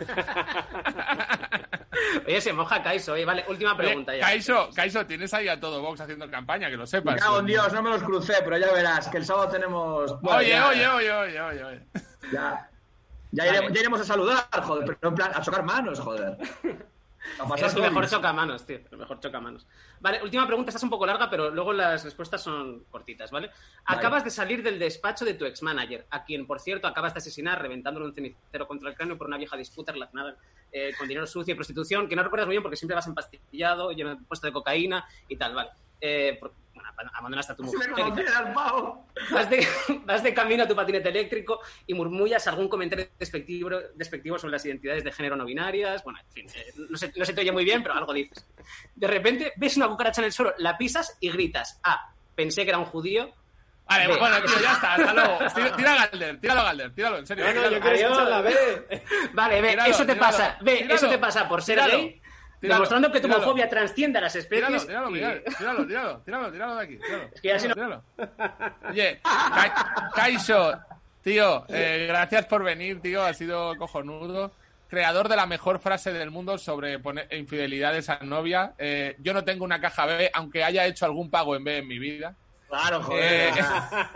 Oye, se moja Kaiso. Oye, vale, última pregunta. Ya. Kaiso, Kaiso, tienes ahí a todo Vox haciendo campaña, que lo sepas. Me cago en Dios, no me los crucé, pero ya verás que el sábado tenemos... Bueno, oye, ya, oye, oye, oye, oye, oye. Ya, ya, vale. iremos, ya iremos a saludar, joder, pero en plan, a chocar manos, joder. Es el mejor chocamanos, tío. El mejor chocamanos. Vale, última pregunta. Esta es un poco larga, pero luego las respuestas son cortitas, ¿vale? Vale. Acabas de salir del despacho de tu ex-manager, a quien, por cierto, acabas de asesinar reventándole un cenicero contra el cráneo por una vieja disputa relacionada eh, con dinero sucio y prostitución, que no recuerdas muy bien porque siempre vas empastillado, lleno de puesto de cocaína y tal, ¿vale? Eh, por, bueno, abandonaste a tu mujer. Vas de, vas de camino a tu patinete eléctrico y murmullas algún comentario despectivo, despectivo sobre las identidades de género no binarias. Bueno, en fin, eh, no, se, no se te oye muy bien, pero algo dices. De repente ves una cucaracha en el suelo, la pisas y gritas: Ah, pensé que era un judío. Vale, B. Bueno, tío, ya está, hasta luego. Tira, tira a Galder, tíralo a Galder, tíralo, en serio. No, no, yo quiero escuchar la B. Vale, B, tíralo, eso te tíralo, pasa. B, tíralo, eso te pasa por ser tíralo. gay. Tíralo, demostrando que tu tíralo. homofobia transciende a las especies. Tíralo, tíralo, y... tíralo, tíralo, tíralo, tíralo de aquí. Tíralo. Es que ya si no... Oye, Ka- Kaiso, tío, eh, gracias por venir, tío, ha sido cojonudo. Creador de la mejor frase del mundo sobre poner infidelidades a novia. Eh, yo no tengo una caja B, aunque haya hecho algún pago en B en mi vida. Claro, joder. Eh...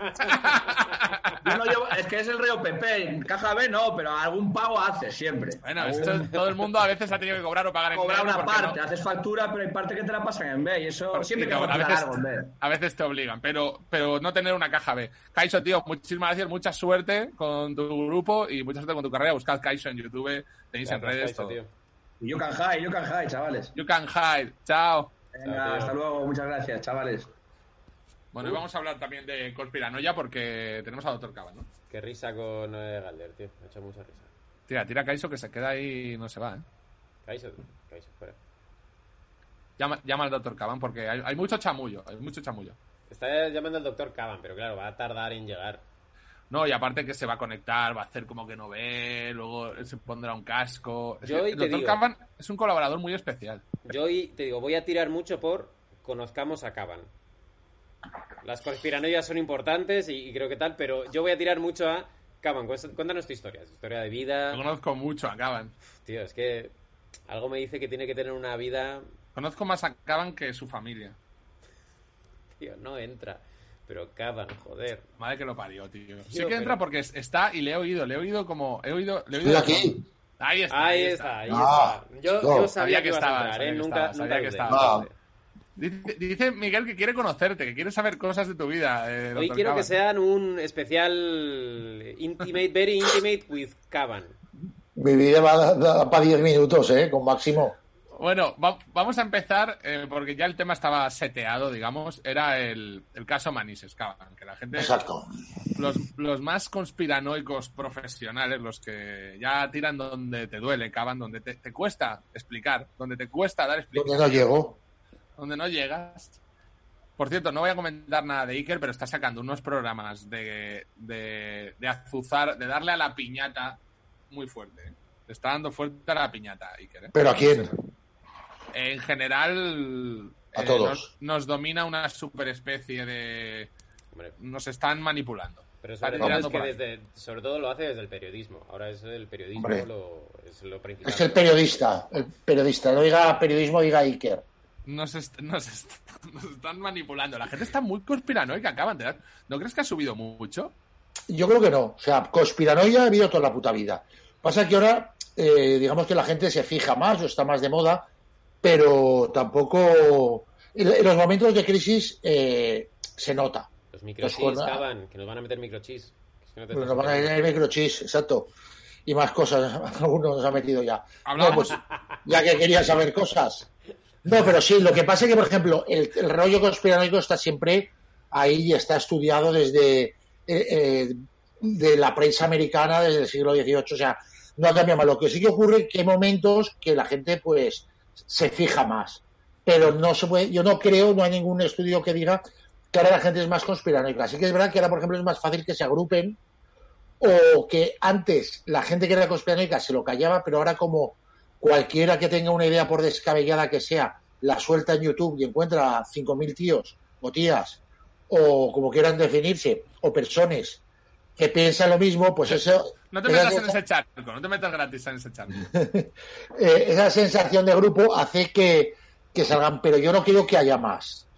Yo no llevo, es que es el reo P P, en caja B no, pero algún pago haces siempre. Bueno, esto, todo el mundo a veces ha tenido que cobrar o pagar en B. Cobrar una parte, no. Haces factura, pero hay parte que te la pasan en B y eso por siempre te a veces, en B. A veces te obligan, pero, pero no tener una caja B. Kaiso, tío, muchísimas gracias, mucha suerte con tu grupo y mucha suerte con tu carrera. Buscad Kaiso en YouTube, tenéis ya, en redes Kaiso, todo. Tío. Y you can hide, you can hide, chavales. You can hide, chao. Venga, chao, hasta luego, muchas gracias, chavales. Bueno, y vamos a hablar también de conspiranoia porque tenemos a doctor Caban, ¿no? Qué risa con eh, Galder, tío. Me ha hecho mucha risa. Tira, tira a Kaiso que se queda ahí y no se va, ¿eh? Kaiso, Kaiso, fuera. Llama, llama al doctor Caban porque hay, hay mucho chamullo, hay mucho chamullo. Está llamando al doctor Caban, pero claro, va a tardar en llegar. No, y aparte que se va a conectar, va a hacer como que no ve, luego se pondrá un casco. Yo hoy el te doctor digo, Caban es un colaborador muy especial. Yo hoy te digo, voy a tirar mucho por conozcamos a Caban. Las conspiranoias son importantes y, y creo que tal, pero yo voy a tirar mucho a Caban. Cuéntanos tu historia, tu historia de vida. Yo conozco mucho a Caban. Tío, es que algo me dice que tiene que tener una vida... Conozco más a Caban que su familia. Tío, no entra. Pero Caban, joder. Madre que lo parió, tío. Sí tío, que entra pero... porque está y le he oído, le he oído como... He oído, le he oído Estoy aquí. Ahí está, ahí está. Ahí está. Ahí está. Yo, no, yo sabía que estaba, entrar, ¿eh? Nunca, estaba, nunca que estaba. No. Dice, dice Miguel que quiere conocerte, que quiere saber cosas de tu vida. Eh, Hoy quiero Caban. que sean un especial intimate, very intimate with Caban. Mi vida va, va para diez minutos, ¿eh? Con máximo. Bueno, va, vamos a empezar, eh, porque ya el tema estaba seteado, digamos. Era el, el caso Manises, Caban, que la gente... Exacto. Los, los más conspiranoicos profesionales, los que ya tiran donde te duele, Caban, donde te, te cuesta explicar, donde te cuesta dar explicación. Donde no llego. Donde no llegas. Por cierto, no voy a comentar nada de Iker, pero está sacando unos programas de, de, de azuzar, de darle a la piñata muy fuerte. ¿eh? Le está dando fuerte a la piñata, Iker. ¿eh? ¿Pero a quién? En general, a eh, todos. Nos, nos domina una superespecie de... Hombre, nos están manipulando. Pero sobre todo, es que desde, sobre todo lo hace desde el periodismo. Ahora es el periodismo lo, es lo principal. Es el periodista, el periodista. No diga periodismo, diga Iker. Nos, est- nos, est- nos están manipulando. La gente está muy conspiranoica, acaban de dar. ¿No crees que ha subido mucho? Yo creo que no. O sea, conspiranoia ha habido toda la puta vida. Pasa que ahora, eh, digamos que la gente se fija más o está más de moda, pero tampoco... En, en los momentos de crisis eh, se nota. Los microchips, Caban, que nos van a meter microchips. Es que no te pues nos van a meter microchips, exacto. Y más cosas. Algunos nos ha metido ya. No, pues, ya que quería saber cosas. No, pero sí, lo que pasa es que, por ejemplo, el, el rollo conspiranoico está siempre ahí y está estudiado desde eh, eh, de la prensa americana desde el siglo dieciocho, o sea, no ha cambiado más. Lo que sí que ocurre es que hay momentos que la gente, pues, se fija más. Pero no se puede, yo no creo, no hay ningún estudio que diga que ahora la gente es más conspiranoica. Así que es verdad que ahora, por ejemplo, es más fácil que se agrupen o que antes la gente que era conspiranoica se lo callaba, pero ahora como cualquiera que tenga una idea, por descabellada que sea, la suelta en YouTube y encuentra cinco mil tíos o tías, o como quieran definirse, o personas que piensa lo mismo, pues eso... No te metas en ese charco, no te metas gratis en ese charco. eh, esa sensación de grupo hace que, que salgan, pero yo no quiero que haya más.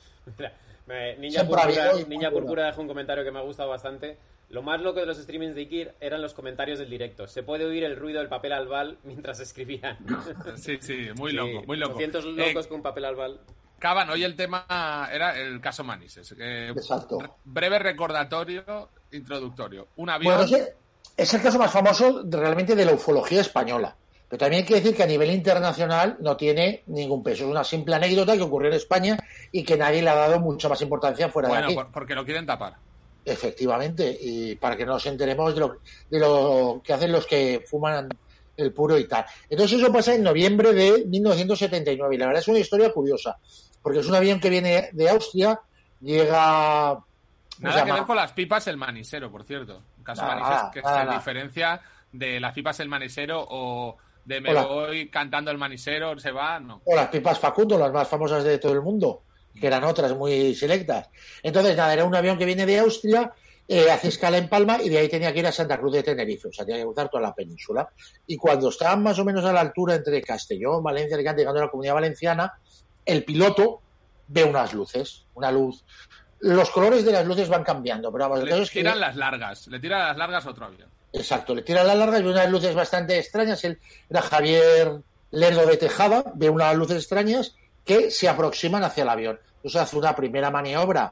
Ninja Púrpura, Ninja Púrpura deja un comentario que me ha gustado bastante. Lo más loco de los streamings de Ikir eran los comentarios del directo. Se puede oír el ruido del papel albal mientras escribían. Sí, sí, muy loco, sí, muy loco. doscientos locos eh, con papel albal. Caban, hoy el tema era el caso Manises. Eh, Exacto. Breve recordatorio introductorio. Un avión... Bueno, ese es el caso más famoso de, realmente de la ufología española. Pero también hay que decir que a nivel internacional no tiene ningún peso. Es una simple anécdota que ocurrió en España y que nadie le ha dado mucha más importancia fuera bueno, de aquí. Bueno, porque lo quieren tapar. Efectivamente, y para que no nos enteremos de lo, de lo que hacen los que fuman el puro y tal. Entonces eso pasa en noviembre de mil novecientos setenta y nueve y la verdad es una historia curiosa, porque es un avión que viene de Austria, llega... Nada que ver con las pipas el manisero, por cierto. Un caso nada, Manises que nada, se nada. diferencia de las pipas el manisero o de me Hola. voy cantando el manisero, se va, no. O las pipas Facundo, las más famosas de todo el mundo, que eran otras muy selectas. Entonces, nada, era un avión que viene de Austria, eh, hace escala en Palma y de ahí tenía que ir a Santa Cruz de Tenerife, o sea, tenía que cruzar toda la península. Y cuando estaban más o menos a la altura entre Castellón, Valencia, Alicante, llegando a la Comunidad Valenciana, el piloto ve unas luces, una luz. Los colores de las luces van cambiando, pero vamos, el caso Le es que... tiran las largas, le tiran las largas a otro avión. Exacto, le tiran las largas, ve unas luces bastante extrañas. Él era Javier Lerdo de Tejada, ve unas luces extrañas que se aproximan hacia el avión. Entonces hace una primera maniobra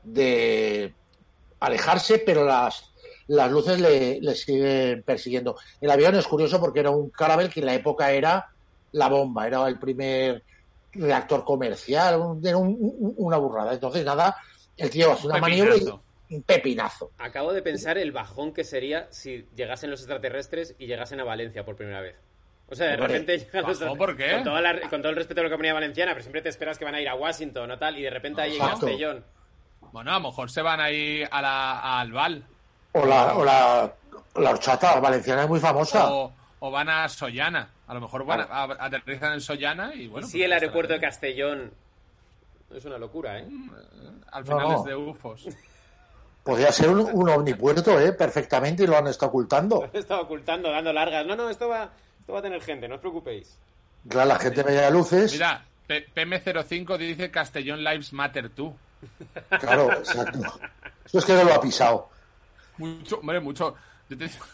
de alejarse, pero las, las luces le, le siguen persiguiendo. El avión es curioso porque era un Caravelle que en la época era la bomba, era el primer reactor comercial, un, era un, un, una burrada. Entonces, nada, el tío hace una maniobra y un pepinazo. Acabo de pensar el bajón que sería si llegasen los extraterrestres y llegasen a Valencia por primera vez. O sea, de repente llegan los ¿Bajón por qué? Con, toda la, con todo el respeto a la Comunidad Valenciana, pero siempre te esperas que van a ir a Washington o tal, y de repente ahí en Castellón. Bueno, a lo mejor se van ahí a la, a Albal. O la, o la, la horchata valenciana es muy famosa. O, o van a Sollana. A lo mejor van a, a, aterrizan en Sollana y bueno. ¿Y si pues el aeropuerto de Castellón es una locura, eh? Al final no, no. es de U F Os. Podría ser un, un omnipuerto, ¿eh? Perfectamente, y lo han estado ocultando. Lo han estado ocultando, dando largas. No, no, esto va, esto va a tener gente, no os preocupéis. Claro, la gente veía luces. Mira, P M cero cinco dice Castellón Lives Matter tú. Claro, exacto. Eso es que no lo ha pisado. Mucho, hombre, mucho. Yo te digo,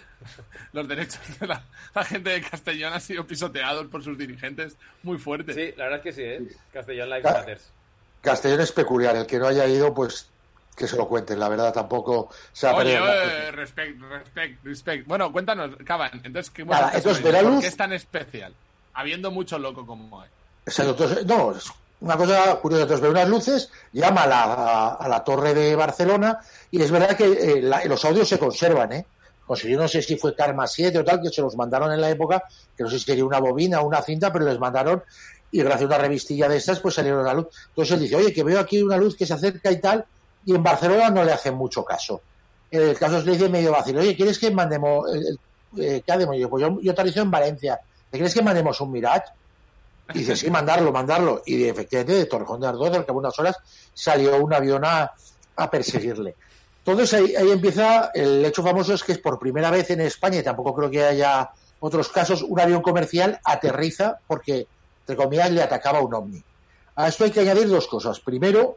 los derechos de la, la gente de Castellón han sido pisoteados por sus dirigentes muy fuerte. Sí, la verdad es que sí, ¿eh? Castellón Lives Ca- Matters. Castellón es peculiar. El que no haya ido, pues que se lo cuenten. La verdad, tampoco se ha Oye, perdido. oye, respect, respect, respect. Bueno, cuéntanos, Caban. Entonces, ¿qué, Nada, bueno, entonces, ¿por Veraluz- qué es tan especial? Habiendo mucho loco como hay. Exacto. Entonces, no, es una cosa curiosa. Entonces ve unas luces, llama a la, a, a la torre de Barcelona y es verdad que eh, la- los audios se conservan, ¿eh? Consiguió, no sé si fue Karma siete o tal, que se los mandaron en la época, que no sé si sería una bobina o una cinta, pero les mandaron y gracias a una revistilla de estas pues salieron a la luz. Entonces él dice, oye, que veo aquí una luz que se acerca y tal, y en Barcelona no le hacen mucho caso. El caso es que le dice medio vacío, oye, ¿quieres que mandemos, el, el, eh, qué hacemos? Yo, pues yo, yo aterrizo en Valencia, ¿te quieres que mandemos un Mirage? Y dice, sí, mandarlo, mandarlo. Y efectivamente de Torrejón de Ardoz, al cabo de unas horas, salió un avión a, a perseguirle. Entonces ahí, ahí empieza el hecho famoso, es que es por primera vez en España, y tampoco creo que haya otros casos, un avión comercial aterriza porque, entre comillas, le atacaba un ovni. A esto hay que añadir dos cosas. Primero,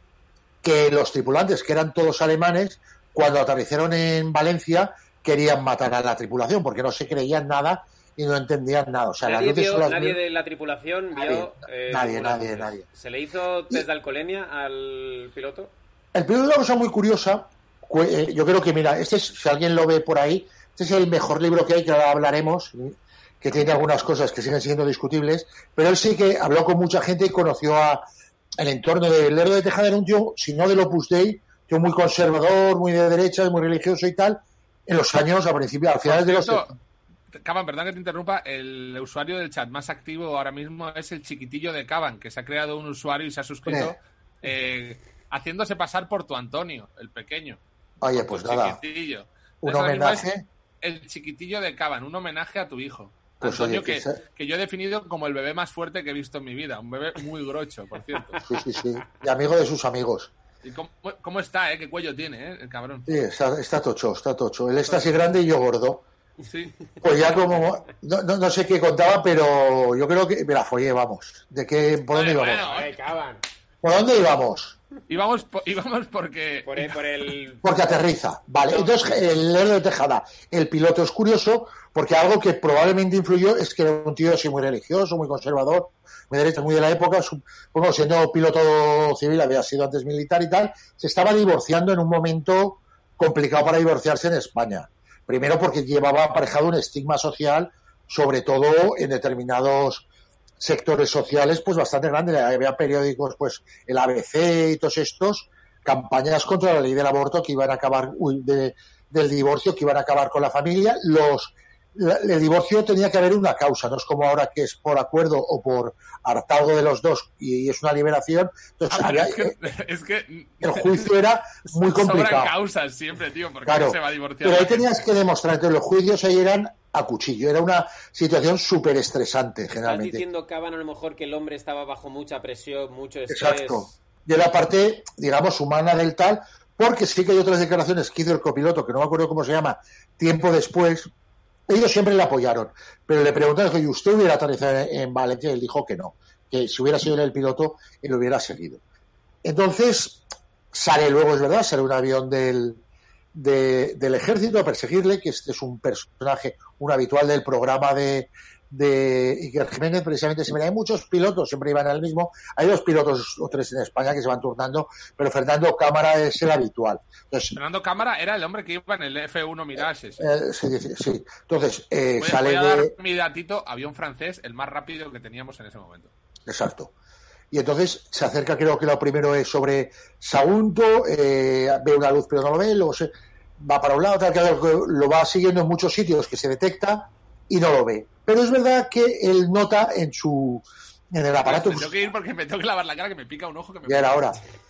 que los tripulantes, que eran todos alemanes, cuando aterrizaron en Valencia, querían matar a la tripulación porque no se creían nada y no entendían nada. O sea, Nadie, las luces vio, son las nadie luces- de la tripulación Nadie, vio... eh, nadie, ninguna nadie, luces. nadie. ¿Se le hizo test de alcoholemia al piloto? El piloto es una cosa muy curiosa. cu- eh, Yo creo que, mira, este es, si alguien lo ve por ahí, este es el mejor libro que hay, que ahora hablaremos, que tiene algunas cosas que siguen siendo discutibles, pero él sí que habló con mucha gente y conoció a el entorno de Lerdo de Tejada. Era un tío, si no del Opus Dei, tío muy conservador, muy de derecha, muy religioso y tal, en los años, a principios, al final de los... Caban, perdón que te interrumpa, el usuario del chat más activo ahora mismo es el chiquitillo de Caban, que se ha creado un usuario y se ha suscrito eh, haciéndose pasar por tu Antonio, el pequeño. Oye, pues Tu nada, chiquitillo. un Entonces, ahora mismo es homenaje. el chiquitillo de Caban, un homenaje a tu hijo. Pues Antonio, oye, que que, se- que yo he definido como el bebé más fuerte que he visto en mi vida. Un bebé muy grocho, por cierto. Sí, sí, sí. Y amigo de sus amigos. ¿Y cómo, cómo está, eh? ¿Qué cuello tiene, eh? El cabrón. Sí, está, está tocho, está tocho. Él está así grande y yo gordo. Sí. Pues ya como... No, no, no sé qué contaba, pero yo creo que... Me la follé, vamos. ¿De qué? ¿Por dónde Bueno, íbamos? bueno, Ay, caban. ¿Por dónde íbamos? Íbamos, po- íbamos porque... Por el, por el... Porque aterriza. Vale, entonces el Lerdo de Tejada, el piloto es curioso porque algo que probablemente influyó es que era un tío así muy religioso, muy conservador, muy derecho, muy de la época, su- bueno, siendo piloto civil, había sido antes militar y tal, se estaba divorciando en un momento complicado para divorciarse en España. Primero porque llevaba aparejado un estigma social, sobre todo en determinados sectores sociales, pues bastante grande. Había periódicos, pues el A B C y todos estos, campañas contra la ley del aborto que iban a acabar, uy, de, del divorcio, que iban a acabar con la familia. Los la, el divorcio tenía que haber una causa, no es como ahora que es por acuerdo o por hartazgo de los dos y, y es una liberación. Entonces, Ah, había, es, que, es que... el juicio era muy complicado. Sobran causas siempre, tío, porque Claro, no se va a divorciar. pero ahí tenías que demostrar que los juicios ahí eran a cuchillo. Era una situación súper estresante, Estás generalmente. diciendo, Caban, a lo mejor que el hombre estaba bajo mucha presión, mucho estrés. Exacto. Y era parte, digamos, humana del tal, porque sí que hay otras declaraciones que hizo el copiloto, que no me acuerdo cómo se llama, tiempo después. Ellos siempre le apoyaron, pero le preguntaron que usted hubiera aterrizado en Valencia y él dijo que no, que si hubiera sido él el piloto, él hubiera seguido. Entonces, sale luego, es verdad, sale un avión del, de, del ejército a perseguirle, que este es un personaje, un habitual del programa de, de Iker Jiménez, precisamente. Siempre hay muchos pilotos, siempre iban al mismo. Hay dos pilotos o tres en España que se van turnando, pero Fernando Cámara es el habitual. Entonces, Fernando Cámara era el hombre que iba en el F uno Mirage. ese. eh, sí, sí, sí. Entonces, eh, Voy, sale voy a dar de... mi datito, avión francés, el más rápido que teníamos en ese momento. Exacto. Y entonces se acerca, creo que lo primero es sobre Sagunto, eh, ve una luz pero no lo ve, luego se va para un lado, tal, que lo va siguiendo en muchos sitios que se detecta y no lo ve. Pero es verdad que él nota en su en el aparato... Me tengo que ir porque me tengo que lavar la cara, que me pica un ojo. Que me Ya era hora.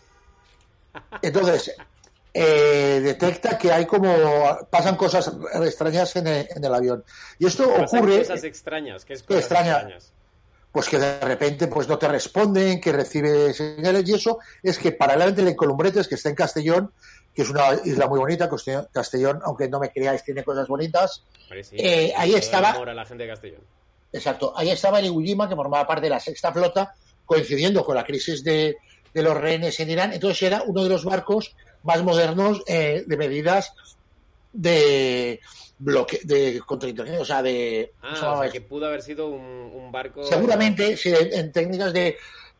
Entonces, eh, detecta que hay como... pasan cosas extrañas en el, en el avión. Y esto Pasan ocurre... cosas extrañas. ¿Qué es cosas extraña? extrañas? Pues que de repente pues no te responden, que recibe señales, y eso es que paralelamente en Columbretes, que está en Castellón, que es una isla muy bonita, Castellón, aunque no me creáis, tiene cosas bonitas, Vale, sí, eh, ahí todo estaba... el amor a la gente de Castellón. Exacto, ahí estaba el Iwo Jima, que formaba parte de la sexta flota, coincidiendo con la crisis de, de los rehenes en Irán. Entonces era uno de los barcos más modernos eh, de medidas de bloque de contrainteligencia, o sea, de... Ah, o sea, que pudo haber sido un, un barco... Seguramente, sí, en técnicas de...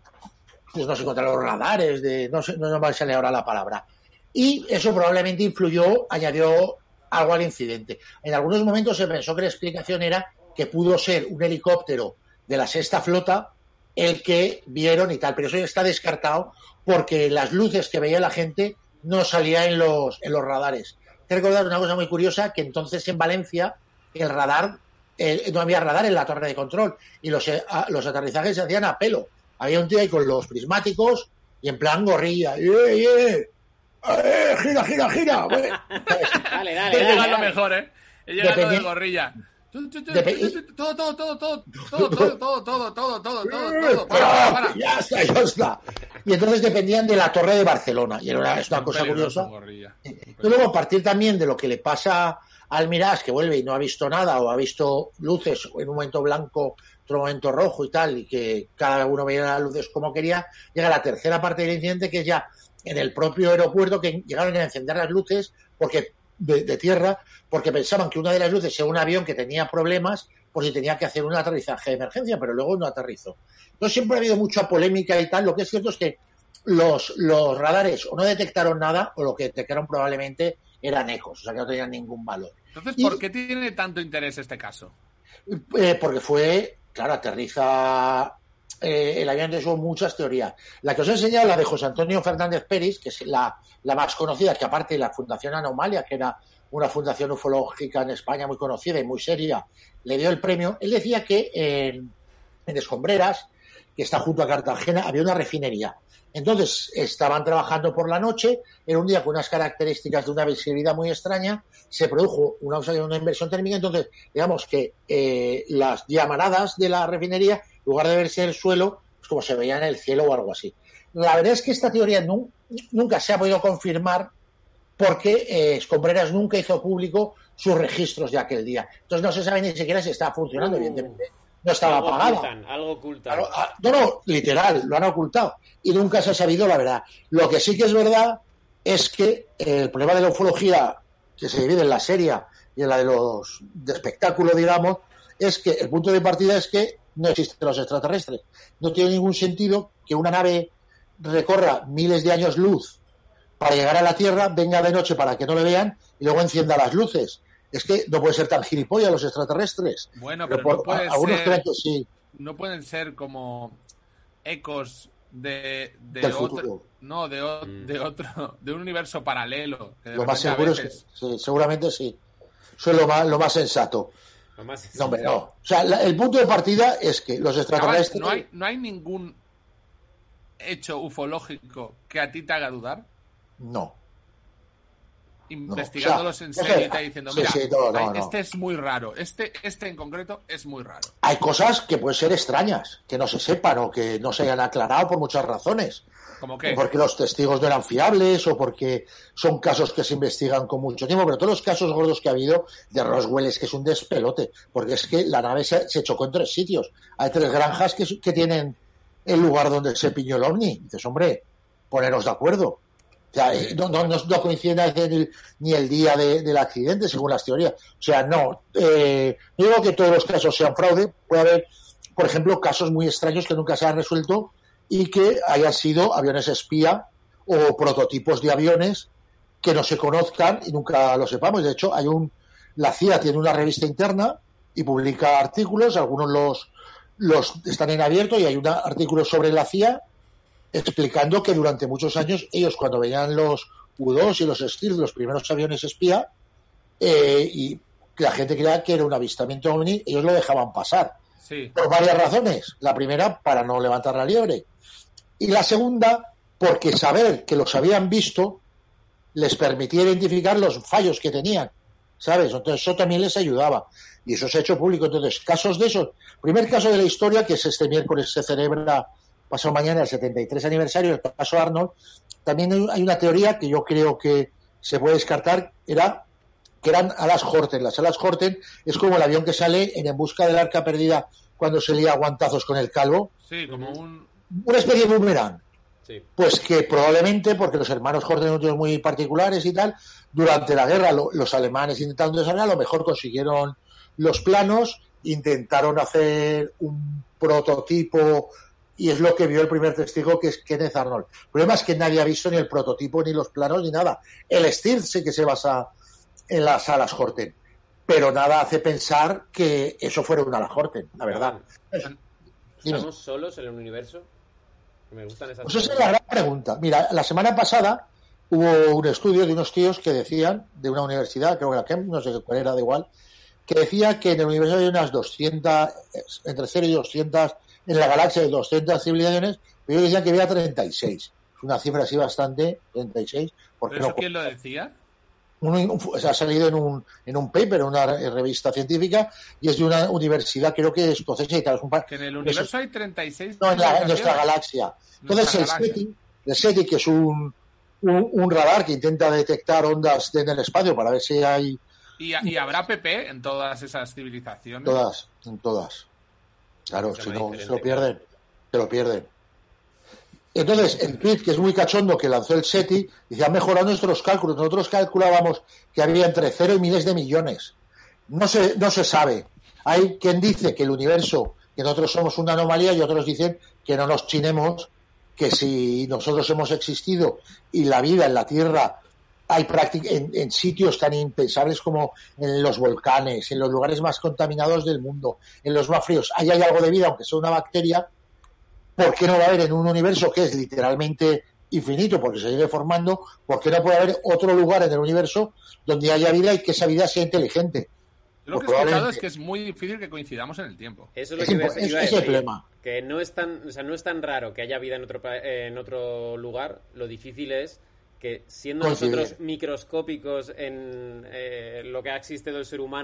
pues no sé, contra los radares, de no sé, no me sale ahora la palabra. Y eso probablemente influyó, añadió algo al incidente. En algunos momentos se pensó que la explicación era que pudo ser un helicóptero de la sexta flota el que vieron y tal, pero eso ya está descartado porque las luces que veía la gente no salían en los, en los radares. Hay que recordar una cosa muy curiosa, que entonces en Valencia el radar, eh, no había radar en la torre de control y los, eh, a, los aterrizajes se hacían a pelo. Había un tío ahí con los prismáticos y en plan gorrilla. ¡Yeah, yeah! ¡Eh, gira, gira, gira! Dale, dale, He dale. llegado dale. mejor, ¿eh? He llegado Depende- de gorrilla. Todo, Depe- todo, todo, todo, todo, todo, todo, todo, todo, todo, todo, todo, para, ¡Ah! para, para. Ya está, ya está. Y entonces dependían de la torre de Barcelona. Y era una, es una cosa Peligroso, curiosa. gorrilla. Y luego, a partir también de lo que le pasa al Mirage, que vuelve y no ha visto nada, o ha visto luces en un momento blanco, otro momento rojo y tal, y que cada uno veía las luces como quería, llega la tercera parte del incidente, que es ya en el propio aeropuerto, que llegaron a encender las luces porque de, de tierra, porque pensaban que una de las luces era un avión que tenía problemas, por si tenía que hacer un aterrizaje de emergencia, pero luego no aterrizó. Entonces siempre ha habido mucha polémica y tal. Lo que es cierto es que los, los radares o no detectaron nada, o lo que detectaron probablemente eran ecos, o sea que no tenían ningún valor. Entonces, Y- ¿por qué tiene tanto interés este caso? Eh, porque fue, claro, aterriza eh, el avión, de eso muchas teorías. La que os he enseñado, la de José Antonio Fernández Peris, que es la, la más conocida, que aparte de la Fundación Anomalia, que era una fundación ufológica en España muy conocida y muy seria, le dio el premio. Él decía que en, en Escombreras, que está junto a Cartagena, había una refinería. Entonces estaban trabajando por la noche, era un día con unas características de una visibilidad muy extraña, se produjo una, una inversión térmica, entonces digamos que eh, las llamaradas de la refinería, en lugar de verse en el suelo, pues como se veía en el cielo o algo así. la verdad es que esta teoría nu- nunca se ha podido confirmar porque eh, Escombreras nunca hizo público sus registros de aquel día. Entonces no se sabe ni siquiera si estaba funcionando, uh, evidentemente. No estaba algo apagada. Ocultan, algo ocultan. Claro, no, no, literal, lo han ocultado. Y nunca se ha sabido la verdad. Lo que sí que es verdad es que el problema de la ufología, que se divide en la seria y en la de los de espectáculo, digamos, es que el punto de partida es que no existen los extraterrestres. No tiene ningún sentido que una nave recorra miles de años luz para llegar a la Tierra, venga de noche para que no le vean y luego encienda las luces. Es que no puede ser tan gilipollas los extraterrestres. Bueno, pero, pero no, por, puede algunos ser, creen que sí. No pueden ser como ecos de, de del otro, futuro. No, de, o, mm. de otro, de un universo paralelo. Que Lo más seguro es que sí, seguramente sí. Eso es lo más, lo más sensato. Lo más sensato. No, hombre, no. O sea, la, el punto de partida es que los extraterrestres... No hay, no hay ningún hecho ufológico que a ti te haga dudar. No. Investigándolos no, o sea, en serio, okay, y te diciendo, sí, mira, sí, no, no, hay, este no. es muy raro, este, este en concreto es muy raro. Hay cosas que pueden ser extrañas, que no se sepan o que no se hayan aclarado por muchas razones. ¿Cómo qué? Porque los testigos no eran fiables o porque son casos que se investigan con mucho tiempo, pero todos los casos gordos que ha habido de Roswell es que es un despelote, porque es que la nave se, se chocó en tres sitios. Hay tres granjas que, que tienen el lugar donde se piñó el ovni. Dices, hombre, poneros de acuerdo. O sea, no, no, no, no coincide ni el, ni el día de, del accidente, según las teorías. O sea, no. Eh, no digo que todos los casos sean fraude. Puede haber, por ejemplo, casos muy extraños que nunca se han resuelto y que hayan sido aviones espía o prototipos de aviones que no se conozcan y nunca lo sepamos. De hecho, hay un la C I A tiene una revista interna y publica artículos. Algunos los, los están en abierto y hay un artículo sobre la C I A explicando que durante muchos años ellos, cuando veían los U dos y los Stealth, los primeros aviones espía, eh, y la gente creía que era un avistamiento ovni, ellos lo dejaban pasar. Sí. Por varias razones. La primera, para no levantar la liebre. Y la segunda, porque saber que los habían visto les permitía identificar los fallos que tenían, ¿sabes? Entonces eso también les ayudaba. Y eso se ha hecho público. Entonces, casos de esos. Primer caso de la historia, que es este miércoles se celebra pasado mañana el setenta y tres aniversario del caso Arnold. También hay una teoría que yo creo que se puede descartar, era que eran alas Horten. Las alas Horten es como el avión que sale en En busca del arca perdida cuando se lía guantazos con el calvo. Sí, como un... Una especie de boomerang. Sí. Pues que probablemente, porque los hermanos Horten son otros muy particulares y tal, durante la guerra lo, los alemanes intentando desarrollar, a lo mejor consiguieron los planos, intentaron hacer un prototipo. Y es lo que vio el primer testigo, que es Kenneth Arnold. El problema es que nadie ha visto ni el prototipo, ni los planos, ni nada. El Stealth sí que se basa en las alas Horten, pero nada hace pensar que eso fuera una ala Horten, la verdad. ¿Estamos Dime. solos en el universo? Me gustan esas Pues esa es la gran pregunta. Mira, la semana pasada hubo un estudio de unos tíos que decían, de una universidad, creo que la Kemp, no sé cuál era, da igual, que decía que en el universo hay unas doscientas, entre cero y doscientas, en la galaxia de doscientas civilizaciones, pero ellos decían que había treinta y seis. Es una cifra así bastante, treinta y seis. ¿Pero eso no, quién lo decía? Un, un, o sea, ha salido en un, en un paper, en una revista científica, y es de una universidad, creo que escocesa y tal. Es un par, que en el universo eso, hay treinta y seis. No, en, la, en nuestra galaxia. Entonces, el SETI, el SETI, que es un, un, un radar que intenta detectar ondas en el espacio para ver si hay... ¿Y, y habrá P P en todas esas civilizaciones? Todas, en todas. Claro, si no, se lo pierden, se lo pierden. Entonces, el tweet, que es muy cachondo, que lanzó el SETI, dice, han mejorado nuestros cálculos. Nosotros calculábamos que había entre cero y miles de millones. No se, no se sabe. Hay quien dice que el universo, que nosotros somos una anomalía, y otros dicen que no nos chinemos, que si nosotros hemos existido y la vida en la Tierra hay práctica en, en sitios tan impensables como en los volcanes, en los lugares más contaminados del mundo, en los más fríos, ahí hay algo de vida, aunque sea una bacteria, ¿por qué no va a haber en un universo que es literalmente infinito, porque se sigue formando, por qué no puede haber otro lugar en el universo donde haya vida y que esa vida sea inteligente? Yo lo que he escuchado es que es muy difícil que coincidamos en el tiempo. Eso es lo que iba, es, iba a es decir. el problema. Que no es tan, o sea, no es tan raro que haya vida en otro en otro lugar. Lo difícil es que siendo Coincidir. nosotros microscópicos en eh, lo que ha existido del ser humano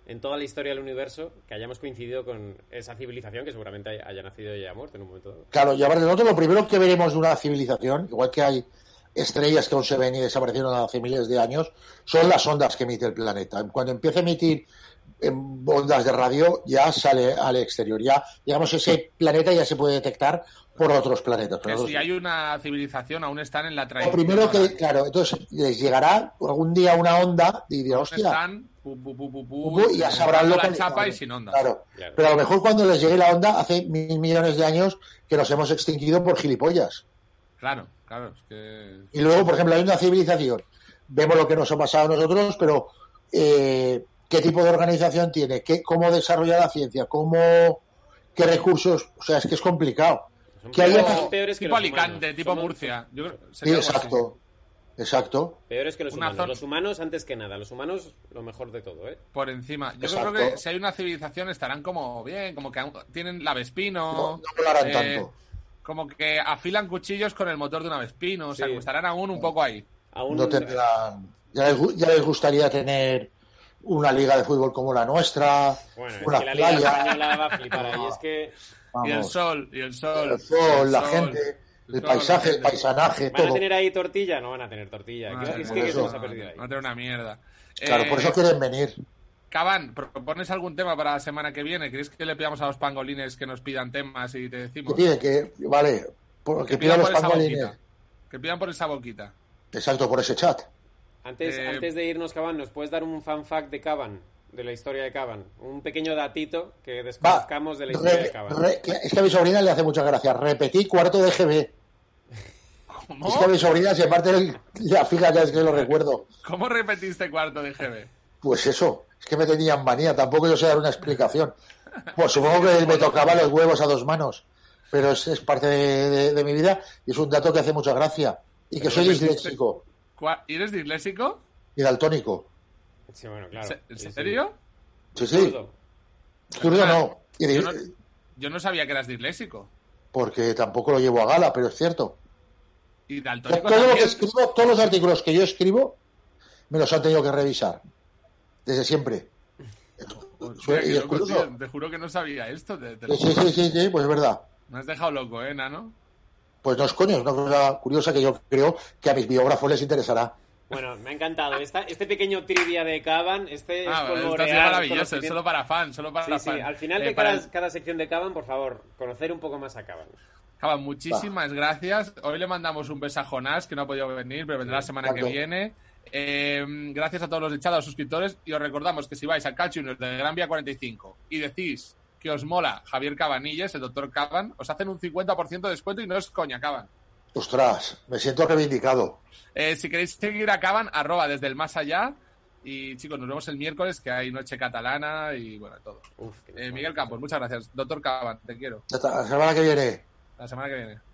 en toda la historia del universo que hayamos coincidido con esa civilización que seguramente haya nacido y haya muerto en un momento dado. Claro, y aparte nosotros lo primero que veremos de una civilización, igual que hay estrellas que aún se ven y desaparecieron hace miles de años, son las ondas que emite el planeta. Cuando empiece a emitir ondas de radio, ya sale al exterior. Ya, digamos, ese planeta ya se puede detectar por otros planetas. Que si hay una civilización, aún están en la trayectoria. Lo primero que, claro, entonces les llegará algún día una onda y dirá, hostia, están, pu, pu, pu, pu, pu, y ya sabrán lo la que chapa y sin onda. Claro. Claro. Pero a lo mejor cuando les llegue la onda, hace mil millones de años que nos hemos extinguido por gilipollas. Claro, claro. Es que... Y luego, por ejemplo, hay una civilización. Vemos lo que nos ha pasado a nosotros, pero eh, ¿qué tipo de organización tiene? ¿Qué, ¿Cómo desarrolla la ciencia? ¿Cómo, ¿Qué recursos? O sea, es que es complicado. Que haya peores que tipo los Alicante, humanos. tipo Somos... Murcia. Yo creo... Sí, exacto. Exacto. Peores que los Una humanos. zona... Los humanos antes que nada. Los humanos lo mejor de todo, ¿eh? Por encima. Yo exacto. creo que si hay una civilización estarán como bien, como que tienen la Vespino. No, no volarán eh, tanto. Como que afilan cuchillos con el motor de una Vespino. O sea, sí. que estarán aún un poco ahí. Aún... No tendrán... ya, les, ya les gustaría tener una liga de fútbol como la nuestra. Bueno, una es que la playa. liga española va a flipar ahí. Es que... Vamos. Y el sol, y el sol. El sol, el la sol, gente, el, el paisaje, el paisanaje, ¿Van todo. a tener ahí tortilla? No van a tener tortilla. No, es no, que, que eso. se nos ha perdido ahí. Va a tener una mierda. Claro, eh, por eso quieren venir. Caban, ¿propones algún tema para la semana que viene? ¿Queréis que le pidamos a los pangolines que nos pidan temas y te decimos? Que piden que, vale, por, que, que pidan pidan los por pangolines. esa boquita. Que pidan por esa boquita. Exacto, por ese chat. Antes, Eh, antes de irnos, Caban, ¿nos puedes dar un fan fact de Caban? De la historia de Caban. Un pequeño datito que desconozcamos Va, de la historia re, de Caban. Re, que, es que a mi sobrina le hace muchas gracias. Repetí cuarto de G B. ¿Cómo? Es que a mi sobrina se parte el, la fija, ya es que lo recuerdo. ¿Cómo repetiste cuarto de G B? Pues eso, es que me tenían manía. Tampoco yo sé dar una explicación. Pues supongo que me tocaba los huevos a dos manos. Pero es, es parte de, de, de mi vida y es un dato que hace mucha gracia. Y que soy disléxico. ¿Y eres disléxico? Y daltónico. Sí, bueno, claro. ¿En Sí, serio? Sí, sí. Zurdo no. Y de, Yo no. Yo no sabía que eras disléxico. Porque tampoco lo llevo a gala, pero es cierto. ¿Y daltónico todo también? lo que escribo, todos los artículos que yo escribo, me los han tenido que revisar. Desde siempre. Hostia, y qué es loco, curioso. tío. Te juro que no sabía esto. Te, te Sí, sí, sí, sí, sí, pues es verdad. Me has dejado loco, ¿eh, Nano? Pues no es coño, es una cosa curiosa que yo creo que a mis biógrafos les interesará. Bueno, me ha encantado. Esta, este pequeño trivia de Caban, este Ah, es esto ha sido maravilloso, es solo para fans, solo para Sí, fans. sí, al final Eh, de para cada, el- cada sección de Caban, por favor, conocer un poco más a Caban. Caban, muchísimas gracias. Hoy le mandamos un beso a Jonás, que no ha podido venir, pero vendrá la semana que Claro. viene. Eh, gracias a todos los echados suscriptores y os recordamos que si vais al Cal Junior de Gran Vía cuarenta y cinco y decís que os mola Javier Cabanilles, el doctor Caban, os hacen un cincuenta por ciento de descuento y no es coña, Caban. Ostras, me siento reivindicado. Eh, si queréis seguir a Caban, arroba desde el más allá. Y chicos, nos vemos el miércoles, que hay noche catalana y bueno, todo. Uf, qué Eh, Miguel Campos, muchas gracias. Doctor Caban, te quiero. Ya está, la semana que viene. La semana que viene.